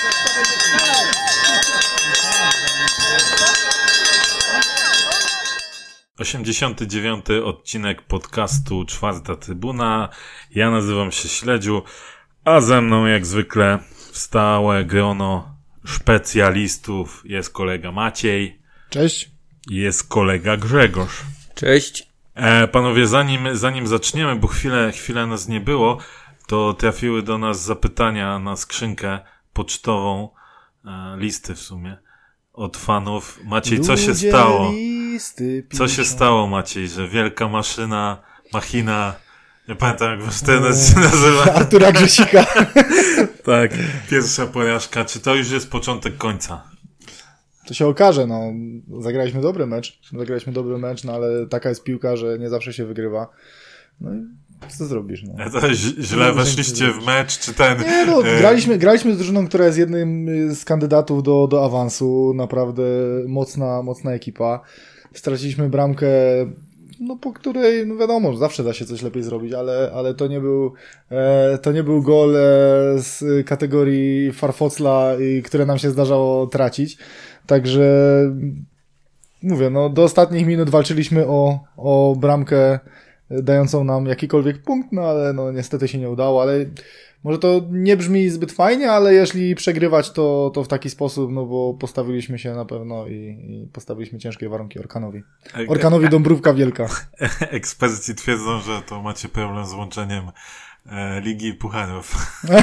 ...89. odcinek podcastu Czwarta Trybuna. Ja nazywam się Śledziu, a ze mną jak zwykle stałe grono specjalistów. Jest kolega Maciej. Cześć. Jest kolega Grzegorz. Cześć. Panowie, zanim zaczniemy, bo chwilę nas nie było, to trafiły do nas zapytania na skrzynkę pocztową, listy w sumie, od fanów. Maciej, co się stało? Co się stało, Maciej, że wielka machina, nie pamiętam jak wtedy się nazywa. Artura Grzesika. Tak, pierwsza porażka. Czy to już jest początek końca? To się okaże, no. Zagraliśmy dobry mecz, no ale taka jest piłka, że nie zawsze się wygrywa. No i co zrobisz, no. To źle weszliście w mecz, czy ten... Nie, no, graliśmy z drużyną, która jest jednym z kandydatów do awansu. Naprawdę mocna ekipa. Straciliśmy bramkę, no po której, no wiadomo, zawsze da się coś lepiej zrobić, ale to nie był gol z kategorii farfocla, które nam się zdarzało tracić. Także mówię, no do ostatnich minut walczyliśmy o bramkę dającą nam jakikolwiek punkt, no ale no niestety się nie udało, ale może to nie brzmi zbyt fajnie, ale jeśli przegrywać to w taki sposób, no bo postawiliśmy się na pewno i postawiliśmy ciężkie warunki Orkanowi Dąbrówka Wielka. Eksperci twierdzą, że to macie problem z łączeniem Ligi i Pucharów.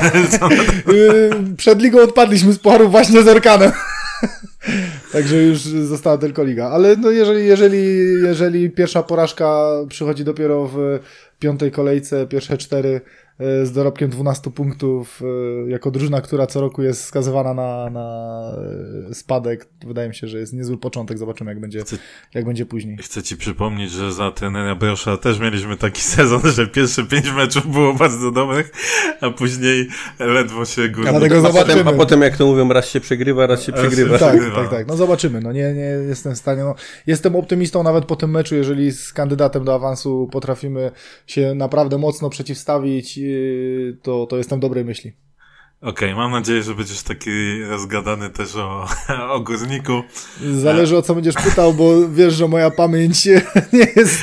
Przed ligą odpadliśmy z Pucharów właśnie z Orkanem. Także już została tylko liga. Ale no jeżeli pierwsza porażka przychodzi dopiero w piątej kolejce, pierwsze 4 z dorobkiem 12 punktów, jako drużyna, która co roku jest skazywana na spadek, wydaje mi się, że jest niezły początek. Zobaczymy, jak będzie później. Chcę ci przypomnieć, że za trenera Brosza też mieliśmy taki sezon, że pierwsze 5 meczów było bardzo dobrych, a później ledwo się zobaczymy. A potem, jak to mówią, raz się przegrywa. Tak. No zobaczymy. No nie jestem w stanie. No, jestem optymistą nawet po tym meczu, jeżeli z kandydatem do awansu potrafimy się naprawdę mocno przeciwstawić, to jestem dobrej myśli. Okej, mam nadzieję, że będziesz taki rozgadany też o Górniku. Zależy o co będziesz pytał, bo wiesz, że moja pamięć nie jest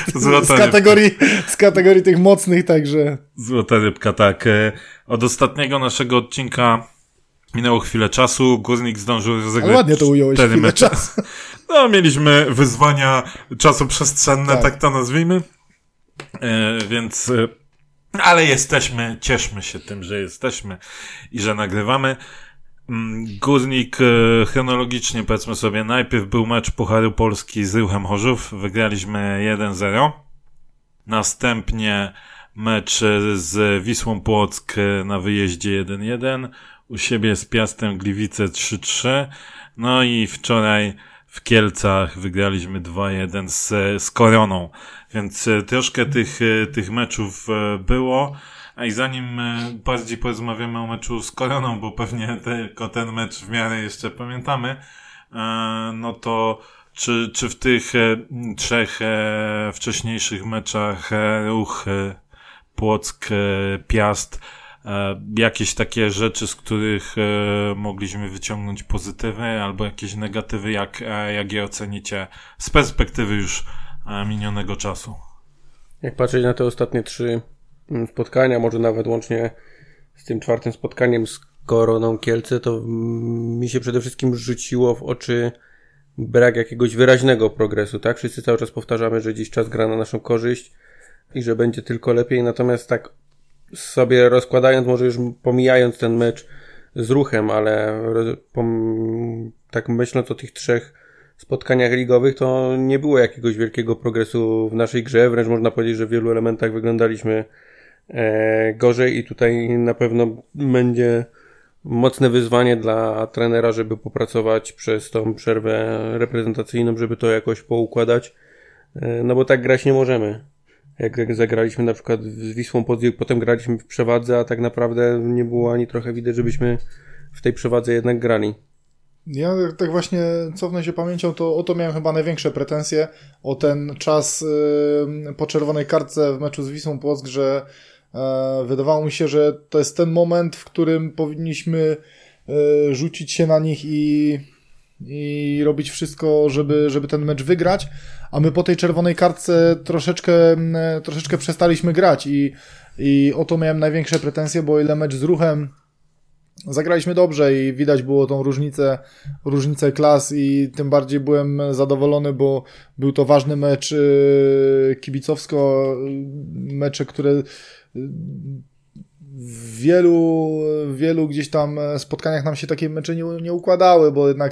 z kategorii tych mocnych, także... Złota rybka, tak. Od ostatniego naszego odcinka minęło chwilę czasu, Górnik zdążył rozegrać... Ale ładnie to ująłeś, chwilę czasu. No, mieliśmy wyzwania czasoprzestrzenne, tak to nazwijmy. Więc... Ale jesteśmy, cieszmy się tym, że jesteśmy i że nagrywamy. Górnik chronologicznie, powiedzmy sobie, najpierw był mecz Pucharu Polski z Ruchem Chorzów, wygraliśmy 1-0. Następnie mecz z Wisłą Płock na wyjeździe 1-1, u siebie z Piastem Gliwice 3-3. No i wczoraj w Kielcach wygraliśmy 2-1 z Koroną, więc troszkę tych meczów było, a i zanim bardziej porozmawiamy o meczu z Koroną, bo pewnie tylko ten mecz w miarę jeszcze pamiętamy, no to czy w tych 3 wcześniejszych meczach Ruch, Płock, Piast, jakieś takie rzeczy, z których mogliśmy wyciągnąć pozytywy albo jakieś negatywy, jak je ocenicie z perspektywy już minionego czasu? Jak patrzeć na te ostatnie 3 spotkania, może nawet łącznie z tym 4 spotkaniem z Koroną Kielce, to mi się przede wszystkim rzuciło w oczy brak jakiegoś wyraźnego progresu, tak? Wszyscy cały czas powtarzamy, że dziś czas gra na naszą korzyść i że będzie tylko lepiej, natomiast tak sobie rozkładając, może już pomijając ten mecz z Ruchem, ale tak myśląc o tych 3 spotkaniach ligowych, to nie było jakiegoś wielkiego progresu w naszej grze, wręcz można powiedzieć, że w wielu elementach wyglądaliśmy gorzej i tutaj na pewno będzie mocne wyzwanie dla trenera, żeby popracować przez tą przerwę reprezentacyjną, żeby to jakoś poukładać, no bo tak grać nie możemy. Jak zagraliśmy na przykład z Wisłą Płock, potem graliśmy w przewadze, a tak naprawdę nie było ani trochę widać, żebyśmy w tej przewadze jednak grali. Ja tak właśnie cofnę się pamięcią, to o to miałem chyba największe pretensje, o ten czas po czerwonej kartce w meczu z Wisłą Płock, że wydawało mi się, że to jest ten moment, w którym powinniśmy rzucić się na nich i robić wszystko, żeby ten mecz wygrać, a my po tej czerwonej kartce troszeczkę przestaliśmy grać i o to miałem największe pretensje, bo o ile mecz z Ruchem zagraliśmy dobrze i widać było tą różnicę klas i tym bardziej byłem zadowolony, bo był to ważny mecz kibicowsko, mecze, które w wielu gdzieś tam spotkaniach nam się takie mecze nie układały, bo jednak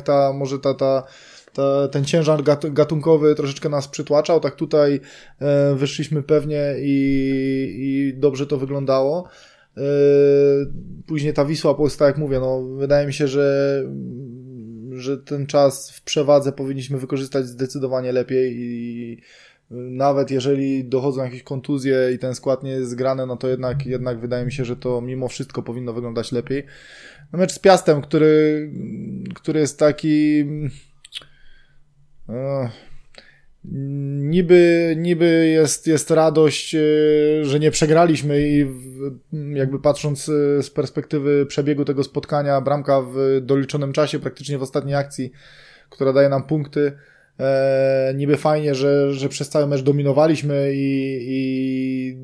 ten ciężar gatunkowy troszeczkę nas przytłaczał, tak tutaj wyszliśmy pewnie i dobrze to wyglądało. Później ta Wisła Polska, jak mówię, no wydaje mi się, że ten czas w przewadze powinniśmy wykorzystać zdecydowanie lepiej i nawet jeżeli dochodzą jakieś kontuzje i ten skład nie jest zgrany, no to jednak wydaje mi się, że to mimo wszystko powinno wyglądać lepiej. No mecz z Piastem, który jest taki niby jest radość, że nie przegraliśmy i jakby patrząc z perspektywy przebiegu tego spotkania, bramka w doliczonym czasie, praktycznie w ostatniej akcji, która daje nam punkty, niby fajnie, że przez cały mecz dominowaliśmy i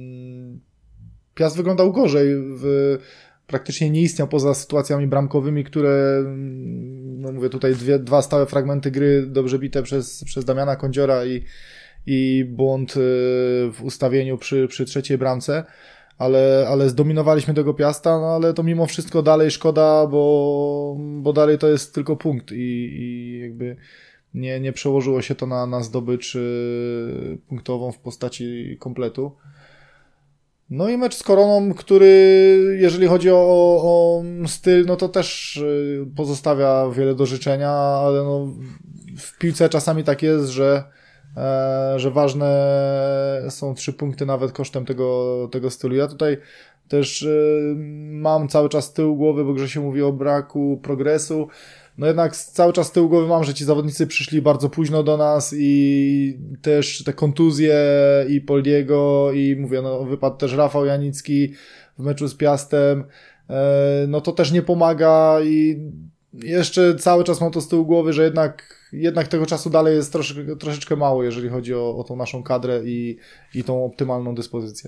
Piast wyglądał gorzej, praktycznie nie istniał poza sytuacjami bramkowymi, które, no mówię tutaj, dwa stałe fragmenty gry dobrze bite przez Damiana Kądziora i błąd w ustawieniu przy trzeciej bramce, ale zdominowaliśmy tego Piasta, no ale to mimo wszystko dalej szkoda, bo dalej to jest tylko punkt i jakby nie przełożyło się to na zdobycz punktową w postaci kompletu. No i mecz z Koroną, który jeżeli chodzi o styl, no to też pozostawia wiele do życzenia, ale no w piłce czasami tak jest, że ważne są 3 punkty nawet kosztem tego stylu. Ja tutaj też mam cały czas z tyłu głowy, bo Grzesiu mówi o braku progresu. No jednak cały czas z tyłu głowy mam, że ci zawodnicy przyszli bardzo późno do nas i też te kontuzje i Poliego i mówię, no wypadł też Rafał Janicki w meczu z Piastem, no to też nie pomaga i jeszcze cały czas mam to z tyłu głowy, że jednak tego czasu dalej jest troszeczkę mało, jeżeli chodzi o tą naszą kadrę i tą optymalną dyspozycję.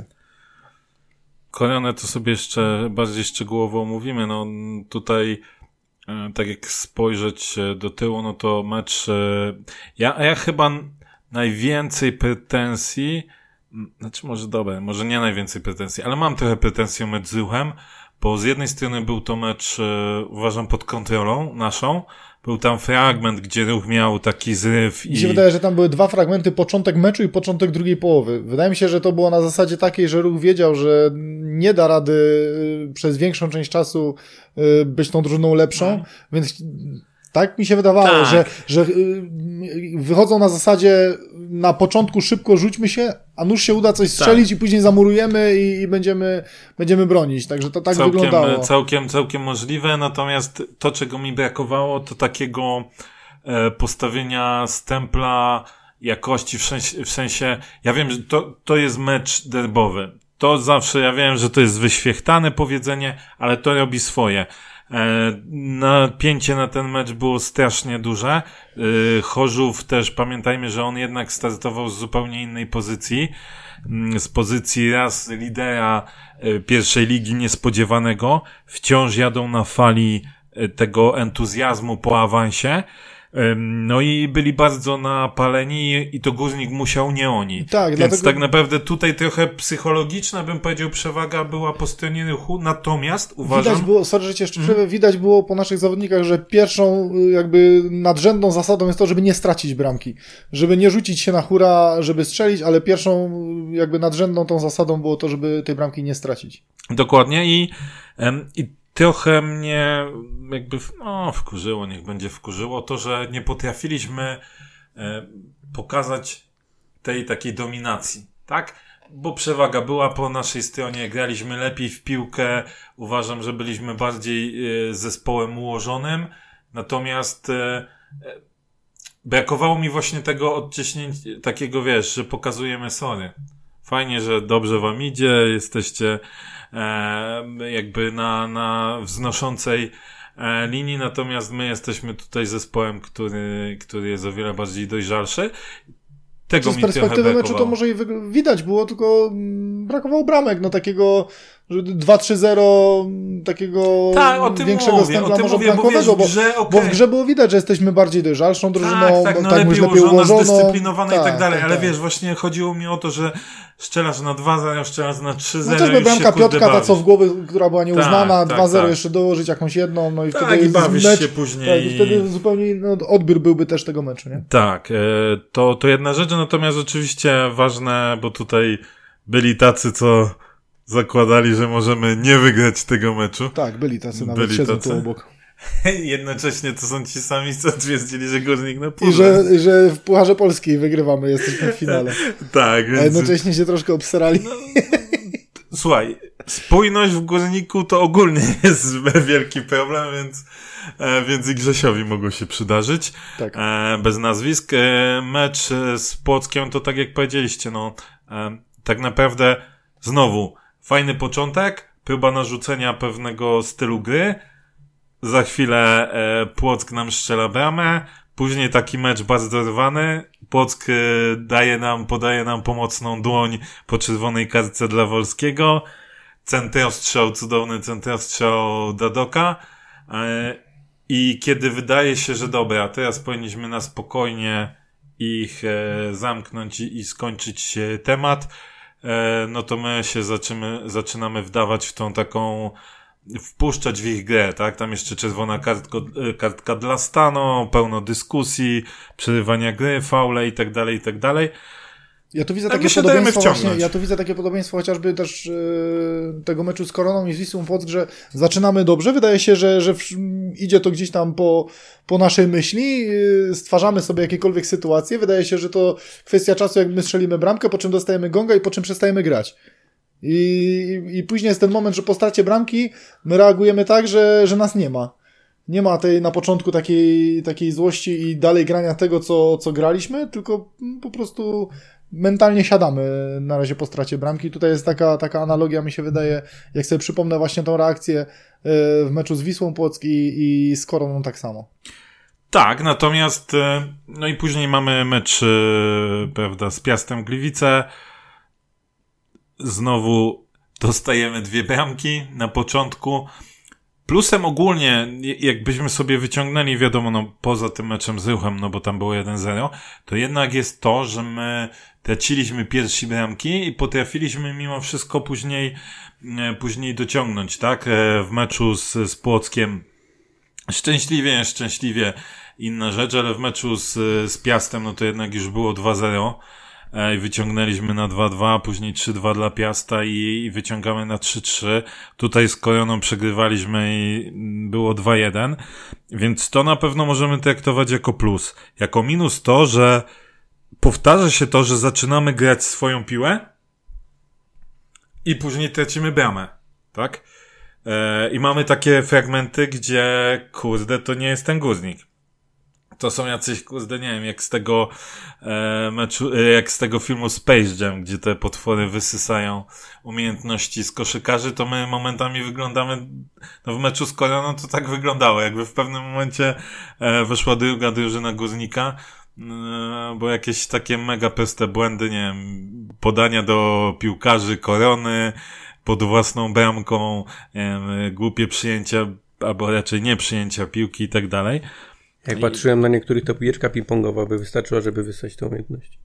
Koronę to sobie jeszcze bardziej szczegółowo omówimy, no tutaj tak jak spojrzeć do tyłu, no to mecz, ja chyba najwięcej pretensji, znaczy może nie najwięcej pretensji, ale mam trochę pretensji o mecz z Ruchem, bo z jednej strony był to mecz, uważam, pod kontrolą naszą, był tam fragment, gdzie Ruch miał taki zryw Mi się wydaje, że tam były 2 fragmenty, początek meczu i początek drugiej połowy. Wydaje mi się, że to było na zasadzie takiej, że Ruch wiedział, że nie da rady przez większą część czasu być tą drużyną lepszą, więc tak mi się wydawało, że wychodzą na zasadzie na początku szybko rzućmy się, a nuż się uda coś strzelić i później zamurujemy i będziemy bronić. Także to tak wyglądało. Całkiem możliwe, natomiast to, czego mi brakowało, to takiego postawienia stempla jakości w sensie, ja wiem, że to jest mecz derbowy. To zawsze, ja wiem, że to jest wyświechtane powiedzenie, ale to robi swoje. Napięcie na ten mecz było strasznie duże. Chorzów też, pamiętajmy, że on jednak startował z zupełnie innej pozycji. Z pozycji raz lidera pierwszej ligi niespodziewanego. Wciąż jadą na fali tego entuzjazmu po awansie. No i byli bardzo napaleni i to Górnik musiał, nie oni. Tak, więc tak naprawdę tutaj trochę psychologiczna, bym powiedział, przewaga była po stronie Ruchu, natomiast uważam... Widać było, sorry, że cię jeszcze przerwę, widać było po naszych zawodnikach, że pierwszą jakby nadrzędną zasadą jest to, żeby nie stracić bramki. Żeby nie rzucić się na hura, żeby strzelić, ale pierwszą jakby nadrzędną tą zasadą było to, żeby tej bramki nie stracić. Dokładnie i trochę mnie jakby wkurzyło, niech będzie wkurzyło to, że nie potrafiliśmy pokazać tej takiej dominacji, tak? Bo przewaga była po naszej stronie, graliśmy lepiej w piłkę, uważam, że byliśmy bardziej zespołem ułożonym, natomiast brakowało mi właśnie tego odciśnięcia, takiego że pokazujemy sorry. Fajnie, że dobrze wam idzie, jesteście jakby na wznoszącej linii, natomiast my jesteśmy tutaj zespołem, który jest o wiele bardziej dojrzalszy. Tego z perspektywy meczu to może i widać było, tylko brakowało bramek, no takiego 2-3-0 takiego większego stępla może bramkowego, bo w grze było widać, że jesteśmy bardziej dojrzalszą drużyną, lepiej ułożona, zdyscyplinowana i tak dalej, ale wiesz, właśnie chodziło mi o to, że strzelasz na 2-0, strzelasz na 3-0. No też bramka Piotrka, ta co w głowie, która była nieuznana, 2-0 jeszcze dołożyć jakąś jedną, no i wtedy bawisz mecz, się później. I wtedy zupełnie odbiór byłby też tego meczu, nie? Tak, to jedna rzecz, natomiast oczywiście ważne, bo tutaj byli tacy, co zakładali, że możemy nie wygrać tego meczu. Tak, byli tacy, nawet siedzą tu obok. Jednocześnie to są ci sami, co twierdzili, że Górnik na pół. I że w Pucharze Polskiej wygrywamy, jesteśmy w finale. Tak. Więc... A jednocześnie się troszkę obsrali. Słuchaj, spójność w Górniku to ogólnie jest wielki problem, więc i Grzesiowi mogło się przydarzyć. Tak. Bez nazwisk. Mecz z Płockiem to tak jak powiedzieliście, tak naprawdę znowu fajny początek, próba narzucenia pewnego stylu gry. Za chwilę Płock nam strzela bramę, później taki mecz bardzo rwany. Płock podaje nam pomocną dłoń po czerwonej kartce dla Wolskiego. Cudowny centrostrzał Dadoka. I kiedy wydaje się, że dobra, teraz powinniśmy na spokojnie ich zamknąć i skończyć temat, no to my się zaczynamy wdawać w tą taką, wpuszczać w ich grę, tak? Tam jeszcze czerwona kartka dla Stano, pełno dyskusji, przerywania gry, faule i tak dalej. Ja tu widzę takie podobieństwo właśnie, podobieństwo chociażby też tego meczu z Koroną i z Wisłą Płock, że zaczynamy dobrze, wydaje się, że idzie to gdzieś tam po naszej myśli, stwarzamy sobie jakiekolwiek sytuacje, wydaje się, że to kwestia czasu, jak my strzelimy bramkę, po czym dostajemy gonga i po czym przestajemy grać. I później jest ten moment, że po stracie bramki my reagujemy tak, że nas nie ma. Nie ma tej na początku takiej złości i dalej grania tego, co graliśmy, tylko po prostu mentalnie siadamy na razie po stracie bramki. Tutaj jest taka analogia, mi się wydaje, jak sobie przypomnę właśnie tą reakcję w meczu z Wisłą Płock i z Koroną tak samo. Tak, natomiast no i później mamy mecz, prawda, z Piastem Gliwice. Znowu dostajemy 2 bramki na początku. Plusem ogólnie, jakbyśmy sobie wyciągnęli, wiadomo, poza tym meczem z Ruchem, bo tam było 1-0, to jednak jest to, że my traciliśmy pierwsze bramki i potrafiliśmy mimo wszystko później dociągnąć, tak? W meczu z Płockiem szczęśliwie inna rzecz, ale w meczu z Piastem, no to jednak już było 2-0. I wyciągnęliśmy na 2-2, później 3-2 dla Piasta i wyciągamy na 3-3. Tutaj z Koroną przegrywaliśmy i było 2-1, więc to na pewno możemy traktować jako plus. Jako minus to, że powtarza się to, że zaczynamy grać swoją piłę i później tracimy bramę, tak? I mamy takie fragmenty, gdzie kurde, to nie jest ten Górnik. To są jacyś, kurde, nie wiem, jak z tego meczu, jak z tego filmu Space Jam, gdzie te potwory wysysają umiejętności z koszykarzy, to my momentami wyglądamy, w meczu z Koroną to tak wyglądało, jakby w pewnym momencie weszła druga drużyna Górnika, bo jakieś takie mega proste błędy, nie wiem, podania do piłkarzy Korony pod własną bramką, nie wiem, głupie przyjęcia, albo raczej nie przyjęcia piłki i tak dalej. Jak patrzyłem na niektórych, to piłeczka ping-pongowa by wystarczyła, żeby wysłać tę umiejętność.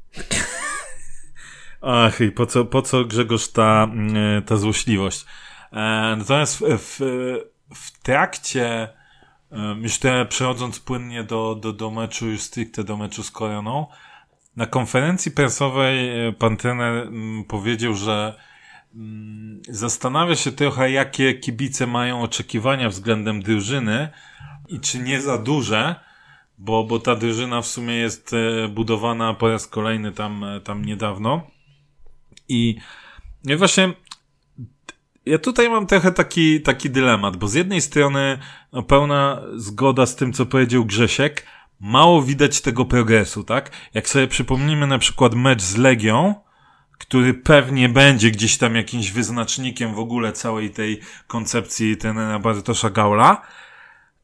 Ach, i po co Grzegorz ta złośliwość? Natomiast w trakcie, już teraz przechodząc płynnie do meczu, już stricte do meczu z Koroną, na konferencji prasowej pan trener powiedział, że zastanawia się trochę, jakie kibice mają oczekiwania względem drużyny i czy nie za duże, bo ta drużyna w sumie jest budowana po raz kolejny tam niedawno. I właśnie ja tutaj mam trochę taki dylemat, bo z jednej strony pełna zgoda z tym, co powiedział Grzesiek, mało widać tego progresu, tak? Jak sobie przypomnimy na przykład mecz z Legią, który pewnie będzie gdzieś tam jakimś wyznacznikiem w ogóle całej tej koncepcji trenera Bartosza Gaula,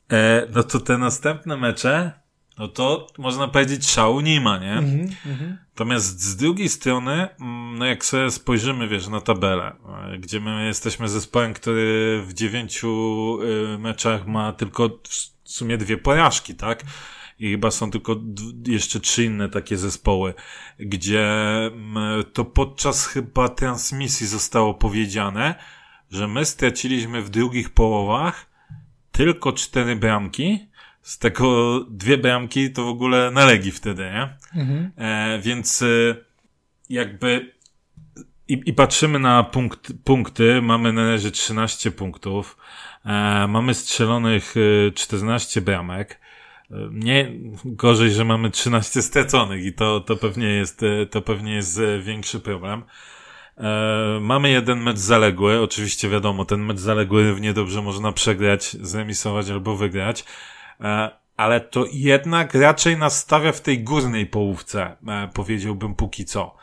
No to te następne mecze, no to można powiedzieć szału nie ma, nie? Natomiast z drugiej strony, no jak sobie spojrzymy, wiesz, na tabelę, gdzie my jesteśmy zespołem, który w 9 meczach ma tylko w sumie 2 porażki, tak? I chyba są tylko jeszcze 3 inne takie zespoły, gdzie to podczas chyba transmisji zostało powiedziane, że my straciliśmy w drugich połowach tylko 4 bramki, z tego 2 bramki to w ogóle na Legii wtedy, nie? Więc jakby i patrzymy na punkty, mamy na razie 13 punktów, mamy strzelonych 14 bramek, nie gorzej, że mamy 13 straconych i to pewnie jest większy problem. Mamy jeden mecz zaległy, oczywiście wiadomo, ten mecz zaległy równie dobrze można przegrać, zremisować albo wygrać, ale to jednak raczej nas stawia w tej górnej połówce, powiedziałbym póki co.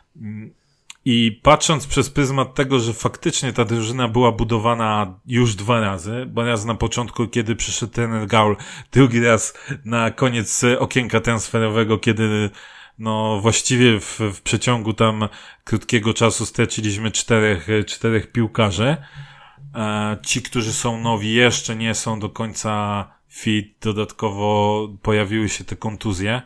I patrząc przez pryzmat tego, że faktycznie ta drużyna była budowana już 2 razy, bo raz na początku, kiedy przyszedł trener Gaul, drugi raz na koniec okienka transferowego, kiedy no właściwie w przeciągu tam krótkiego czasu straciliśmy 4 piłkarzy. Ci, którzy są nowi, jeszcze nie są do końca fit, dodatkowo pojawiły się te kontuzje.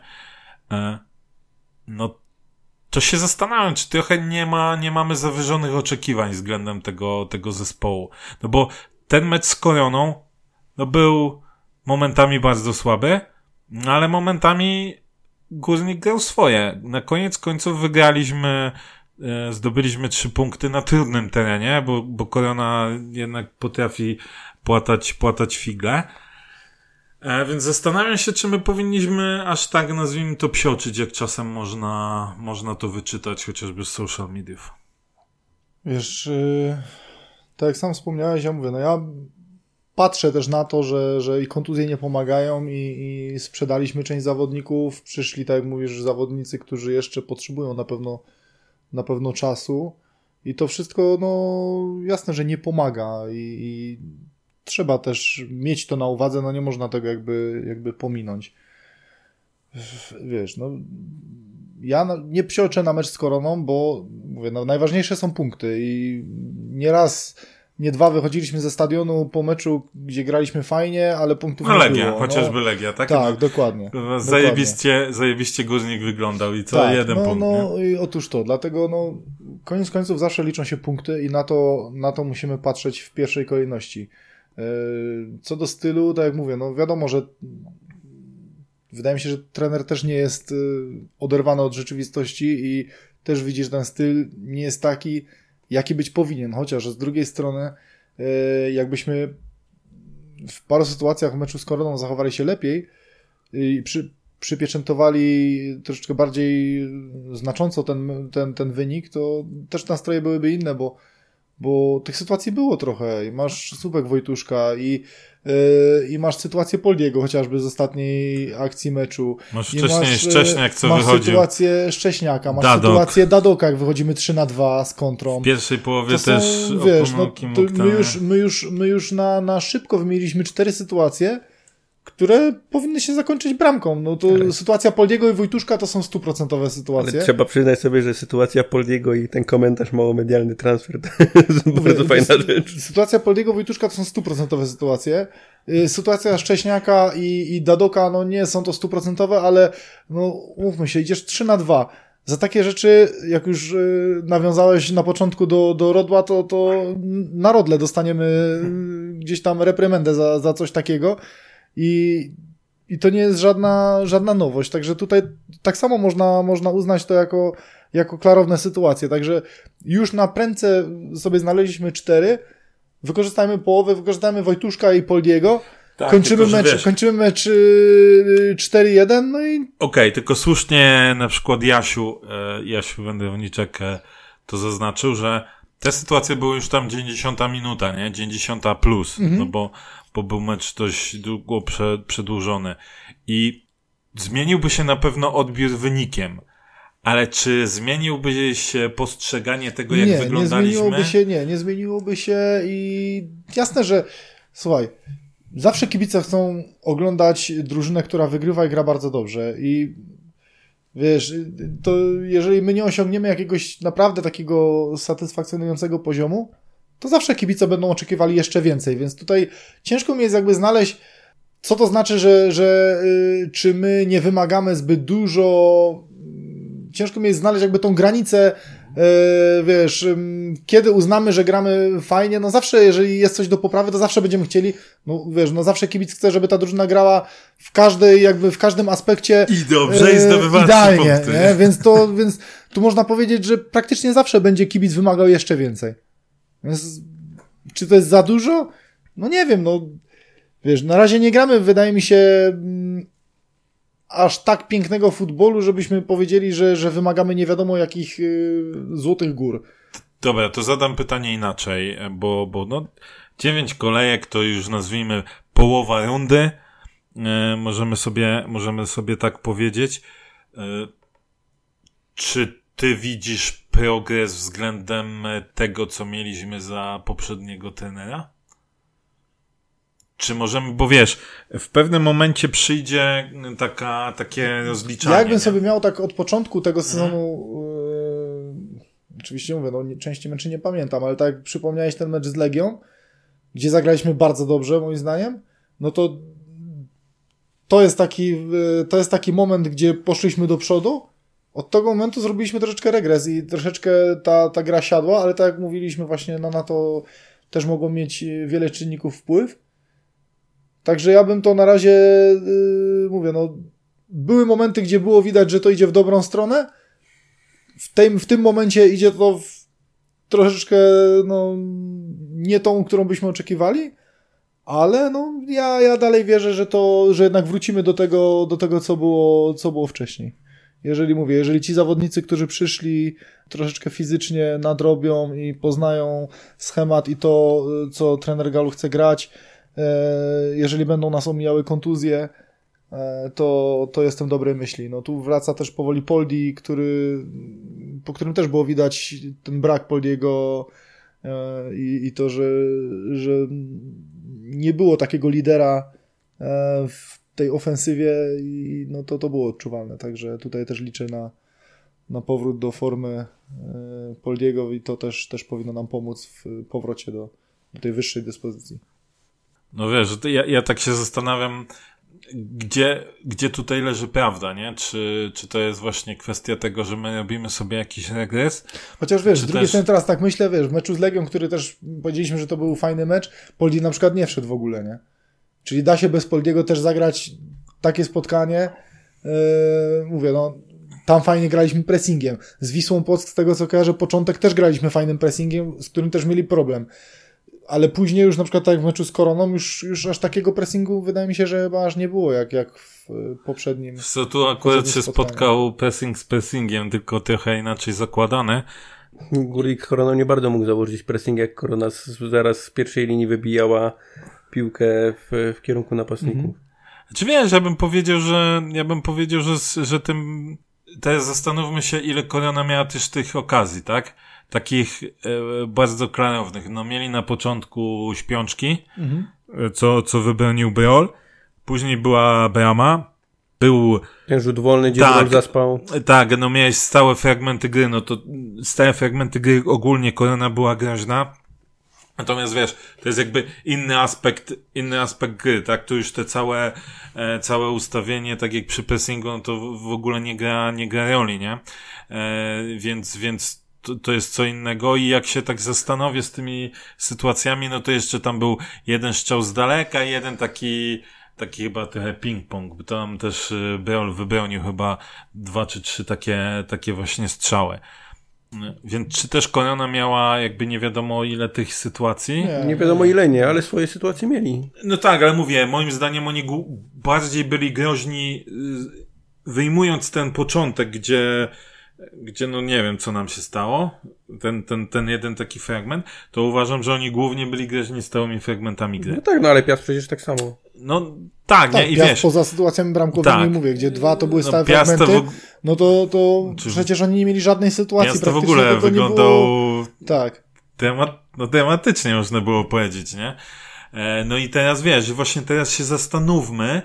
No to się zastanawiam, czy trochę nie mamy zawyżonych oczekiwań względem tego zespołu. No bo ten mecz z Koroną no był momentami bardzo słaby, ale momentami Górnik grał swoje. Na koniec końców wygraliśmy, zdobyliśmy 3 punkty na trudnym terenie, bo Korona jednak potrafi płatać figle. Więc zastanawiam się, czy my powinniśmy aż tak, nazwijmy to, psioczyć, jak czasem można to wyczytać chociażby z social mediów. Wiesz, tak jak sam wspomniałeś, ja mówię, no ja patrzę też na to, że i kontuzje nie pomagają i sprzedaliśmy część zawodników, przyszli, tak jak mówisz, zawodnicy, którzy jeszcze potrzebują na pewno czasu i to wszystko, no jasne, że nie pomaga i trzeba też mieć to na uwadze, no nie można tego jakby pominąć. Wiesz, no ja nie psioczę na mecz z Koroną, bo mówię, no najważniejsze są punkty i nieraz, nie 2 wychodziliśmy ze stadionu po meczu, gdzie graliśmy fajnie, ale punktów nie Legia, było. chociażby Legia, tak? Tak, dokładnie. Zajebiście Górnik wyglądał i co? Tak, 1 punkt. No i otóż to, dlatego no koniec końców zawsze liczą się punkty i na to musimy patrzeć w pierwszej kolejności. Co do stylu, tak jak mówię, no wiadomo, że wydaje mi się, że trener też nie jest oderwany od rzeczywistości i też widzi, że ten styl nie jest taki, jaki być powinien, chociaż z drugiej strony jakbyśmy w paru sytuacjach w meczu z Koroną zachowali się lepiej i przypieczętowali troszeczkę bardziej znacząco ten wynik, to też nastroje byłyby inne, bo tych sytuacji było trochę i masz słupek Wojtuszka i masz sytuację Poldiego chociażby z ostatniej akcji meczu. Masz wcześniej Szcześniak, co masz wychodził. Masz sytuację Szcześniaka, masz sytuację Dadoka, jak wychodzimy 3-2 z kontrą. W pierwszej połowie to też są, wiesz, no, my już na szybko wymieniliśmy 4 sytuacje, które powinny się zakończyć bramką. No to sytuacja Poldiego i Wojtuszka to są 100% sytuacje. Ale trzeba przyznać sobie, że sytuacja Poldiego i ten komentarz małomedialny transfer to jest bardzo fajna rzecz. Sytuacja Poldiego i Wojtuszka to są 100% sytuacje. Sytuacja Szcześniaka i Dadoka, no nie są to 100%, ale no mówmy się, idziesz 3-2. Za takie rzeczy, jak już nawiązałeś na początku do Rodła, to na Rodle dostaniemy gdzieś tam reprymendę za coś takiego. I to nie jest żadna nowość, także tutaj tak samo można uznać to jako klarowne sytuacje, także już na prędce sobie znaleźliśmy 4, wykorzystajmy połowę, wykorzystajmy Wojtuszka i Poldiego, tak, kończymy mecz 4-1, no i... Okej, tylko słusznie na przykład Jasiu Wędrowniczek to zaznaczył, że te sytuacje były już tam 90 minuta, nie? 90 plus, no bo był mecz dość długo przedłużony i zmieniłby się na pewno odbiór wynikiem, ale czy zmieniłby się postrzeganie tego, jak wyglądaliśmy? Nie zmieniłoby się i jasne, że słuchaj, zawsze kibice chcą oglądać drużynę, która wygrywa i gra bardzo dobrze i wiesz, to jeżeli my nie osiągniemy jakiegoś naprawdę takiego satysfakcjonującego poziomu, to zawsze kibice będą oczekiwali jeszcze więcej, więc tutaj ciężko mi jest jakby znaleźć, co to znaczy, że czy my nie wymagamy zbyt dużo, ciężko mi jest znaleźć jakby tą granicę, wiesz, kiedy uznamy, że gramy fajnie, no zawsze, jeżeli jest coś do poprawy, to zawsze będziemy chcieli, no wiesz, no zawsze kibic chce, żeby ta drużyna grała w każdym aspekcie i dobrze, i zdobywała idealnie, nie? Więc tu można powiedzieć, że praktycznie zawsze będzie kibic wymagał jeszcze więcej. Więc, czy to jest za dużo? No nie wiem, no wiesz, na razie nie gramy, wydaje mi się, aż tak pięknego futbolu, żebyśmy powiedzieli, że wymagamy nie wiadomo jakich złotych gór. Dobra, to zadam pytanie inaczej, bo no 9 kolejek to już nazwijmy połowa rundy, możemy sobie tak powiedzieć. Czy ty widzisz progres względem tego, co mieliśmy za poprzedniego trenera? Czy możemy, bo wiesz, w pewnym momencie przyjdzie takie rozliczanie. Ja jakbym sobie miał tak od początku tego sezonu, oczywiście mówię, no części meczy nie pamiętam, ale tak jak przypomniałeś ten mecz z Legią, gdzie zagraliśmy bardzo dobrze, moim zdaniem, no to jest taki moment, gdzie poszliśmy do przodu. Od tego momentu zrobiliśmy troszeczkę regres i troszeczkę ta gra siadła, ale tak jak mówiliśmy właśnie, no na to też mogło mieć wiele czynników wpływ. Także ja bym to na razie, mówię, no były momenty, gdzie było widać, że to idzie w dobrą stronę. W tym momencie idzie to troszeczkę, no, nie tą, którą byśmy oczekiwali, ale no, ja dalej wierzę, że jednak wrócimy do tego, co było wcześniej. Jeżeli ci zawodnicy, którzy przyszli, troszeczkę fizycznie nadrobią i poznają schemat i to, co trener Galu chce grać, jeżeli będą nas omijały kontuzje, to jestem dobrej myśli. No tu wraca też powoli Poldi, po którym też było widać ten brak Poldiego i to, że nie było takiego lidera w tej ofensywie i no to było odczuwalne. Także tutaj też liczę na powrót do formy Poldiego i to też powinno nam pomóc w powrocie do tej wyższej dyspozycji. No wiesz, ja tak się zastanawiam, gdzie tutaj leży prawda, nie? Czy to jest właśnie kwestia tego, że my robimy sobie jakiś regres? Chociaż wiesz, z drugiej strony teraz tak myślę, wiesz, w meczu z Legią, który też powiedzieliśmy, że to był fajny mecz, Poldi na przykład nie wszedł w ogóle, nie? Czyli da się bez Poldiego też zagrać takie spotkanie, mówię, no tam fajnie graliśmy pressingiem. Z Wisłą Płock, z tego co kojarzę, początek też graliśmy fajnym pressingiem, z którym też mieli problem. Ale później już na przykład tak jak w meczu z Koroną już aż takiego pressingu wydaje mi się, że chyba aż nie było jak w poprzednim. Co tu akurat się spotkał pressing z pressingiem, tylko trochę inaczej zakładane. Górnik Koroną nie bardzo mógł założyć pressing, jak Korona zaraz z pierwszej linii wybijała piłkę w kierunku napastników. Czy wiesz, ja bym powiedział, że tym teraz zastanówmy się, ile Korona miała też tych okazji, tak? Takich bardzo klarownych. No mieli na początku śpiączki, co wybronił Beol. Później była brama. Był ten rzut wolny, gdzie Beol zaspał. Tak, no miałeś stałe fragmenty gry. No to stałe fragmenty gry ogólnie Korona była groźna. Natomiast wiesz, to jest jakby inny aspekt gry, tak? Tu już te całe ustawienie, tak jak przy pressingu, no to w ogóle nie gra roli, nie? Więc to jest co innego i jak się tak zastanowię z tymi sytuacjami, no to jeszcze tam był jeden strzał z daleka i jeden taki chyba trochę ping-pong, bo tam też Beol wybronił chyba 2 czy 3 takie właśnie strzały. Więc czy też Korona miała jakby nie wiadomo ile tych sytuacji? Nie wiadomo ile nie, ale swoje sytuacje mieli. No tak, ale mówię, moim zdaniem oni bardziej byli groźni wyjmując ten początek, gdzie no nie wiem co nam się stało, ten jeden taki fragment, to uważam, że oni głównie byli groźni stałymi fragmentami gry. No tak, no ale Piast przecież tak samo. No tak, nie? I Piast wiesz. Poza sytuacjami bramkowymi mówię, gdzie 2 to były stałe fragmenty, no to przecież oni nie mieli żadnej sytuacji Piast praktycznie. to w ogóle wyglądał tak. Dramatycznie można było powiedzieć, nie? No i teraz wiesz, właśnie teraz się zastanówmy,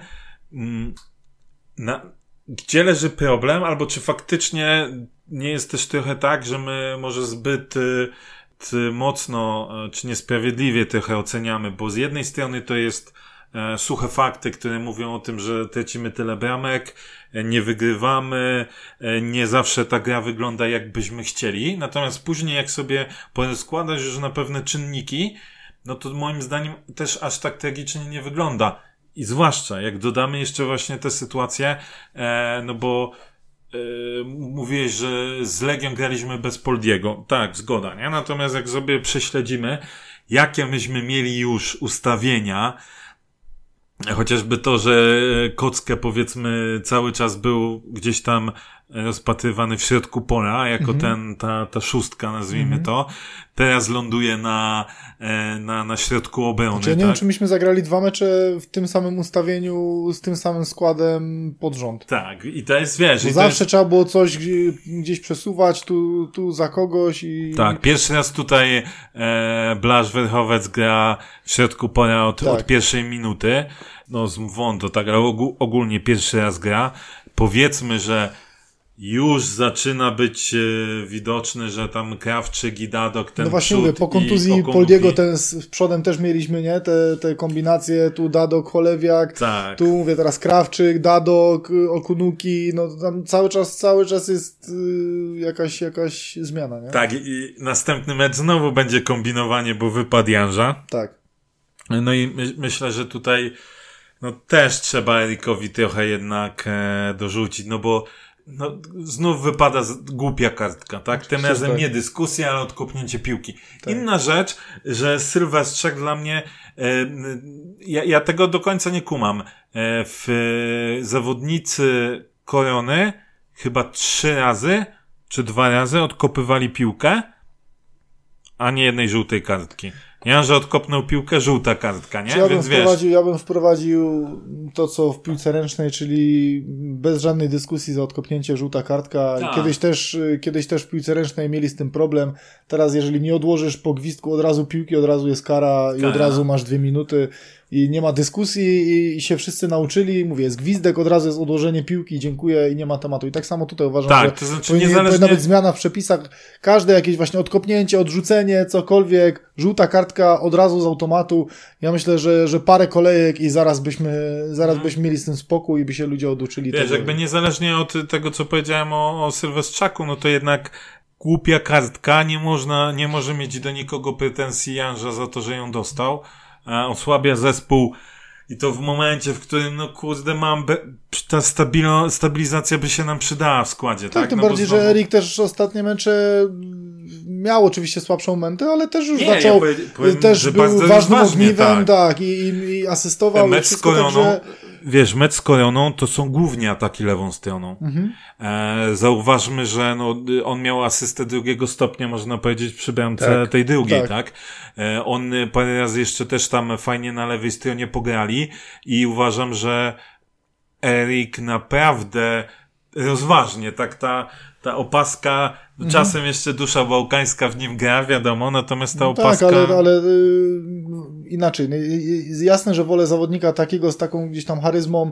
gdzie leży problem, albo czy faktycznie nie jest też trochę tak, że my może zbyt mocno, czy niesprawiedliwie trochę oceniamy, bo z jednej strony to jest suche fakty, które mówią o tym, że tracimy tyle bramek, nie wygrywamy, nie zawsze ta gra wygląda jak byśmy chcieli, natomiast później jak sobie porozkładasz już na pewne czynniki, no to moim zdaniem też aż tak tragicznie nie wygląda. I zwłaszcza jak dodamy jeszcze właśnie tę sytuację, no bo mówiłeś, że z Legią graliśmy bez Poldiego. Tak, zgoda, nie? Natomiast jak sobie prześledzimy, jakie myśmy mieli już ustawienia, chociażby to, że Kockę powiedzmy cały czas był gdzieś tam rozpatrywany w środku pola, jako ta szóstka, nazwijmy to. Teraz ląduje na środku obrony. Znaczy, ja nie wiem, czy myśmy zagrali 2 mecze w tym samym ustawieniu, z tym samym składem pod rząd. Tak, i to jest, wiesz... Bo zawsze trzeba było coś gdzieś przesuwać, tu za kogoś i... Tak, pierwszy raz tutaj Blaż Werchowec gra w środku pola od pierwszej minuty. No, z Wondo, tak, ale ogólnie pierwszy raz gra. Powiedzmy, że już zaczyna być widoczny, że tam Krawczyk i Dadok, ten no właśnie przód mówię, po kontuzji Poldiego z przodem też mieliśmy, nie? Te kombinacje, tu Dadok, Cholewiak, tak. Tu mówię teraz Krawczyk, Dadok, Okunuki, no tam cały czas jest jakaś zmiana, nie? Tak, i następny mecz znowu będzie kombinowanie, bo wypadł Janża. Tak. No i myślę, że tutaj no też trzeba Erikowi trochę jednak dorzucić, no bo no, znów wypada głupia kartka, tak? Tym razem nie dyskusja, ale odkopnięcie piłki. Tak. Inna rzecz, że Sylwestrzak dla mnie, ja tego do końca nie kumam. Zawodnicy Korony chyba 3 razy, czy 2 razy odkopywali piłkę, a nie jednej żółtej kartki. Janża odkopnął piłkę, żółta kartka, nie? Ja bym wprowadził to, co w piłce ręcznej, czyli bez żadnej dyskusji za odkopnięcie żółta kartka. Tak. Kiedyś też w piłce ręcznej mieli z tym problem. Teraz jeżeli nie odłożysz po gwizdku od razu piłki, od razu jest kara i od razu masz 2 minuty i nie ma dyskusji i się wszyscy nauczyli. Mówię, jest gwizdek, od razu jest odłożenie piłki, dziękuję i nie ma tematu. I tak samo tutaj uważam, że to znaczy powinna być zmiana w przepisach. Każde jakieś właśnie odkopnięcie, odrzucenie, cokolwiek, żółta kartka od razu z automatu. Ja myślę, że parę kolejek i zaraz byśmy mieli z tym spokój i by się ludzie oduczyli. Wiesz, jakby niezależnie od tego, co powiedziałem o Sylwestrzaku, no to jednak głupia kartka, nie może mieć do nikogo pretensji Janża za to, że ją dostał. Osłabia zespół i to w momencie, w którym no kurde ta stabilizacja by się nam przydała w składzie, tak? Tym bardziej, że Erik też ostatnie mecze miał oczywiście słabsze momenty, ale też już zaczął, też był ważnym ogniwem, tak, i asystował. Mecz z Koroną, wiesz, mecz z Koroną to są głównie ataki lewą stroną. Zauważmy, że on miał asystę 2. stopnia, można powiedzieć, przy bramce tej drugiej, tak? On parę razy jeszcze też tam fajnie na lewej stronie pograli i uważam, że Erik naprawdę rozważnie, tak, ta opaska, czasem jeszcze dusza bałkańska w nim gra, wiadomo, natomiast ta opaska... Tak, ale inaczej. Jasne, że wolę zawodnika takiego z taką gdzieś tam charyzmą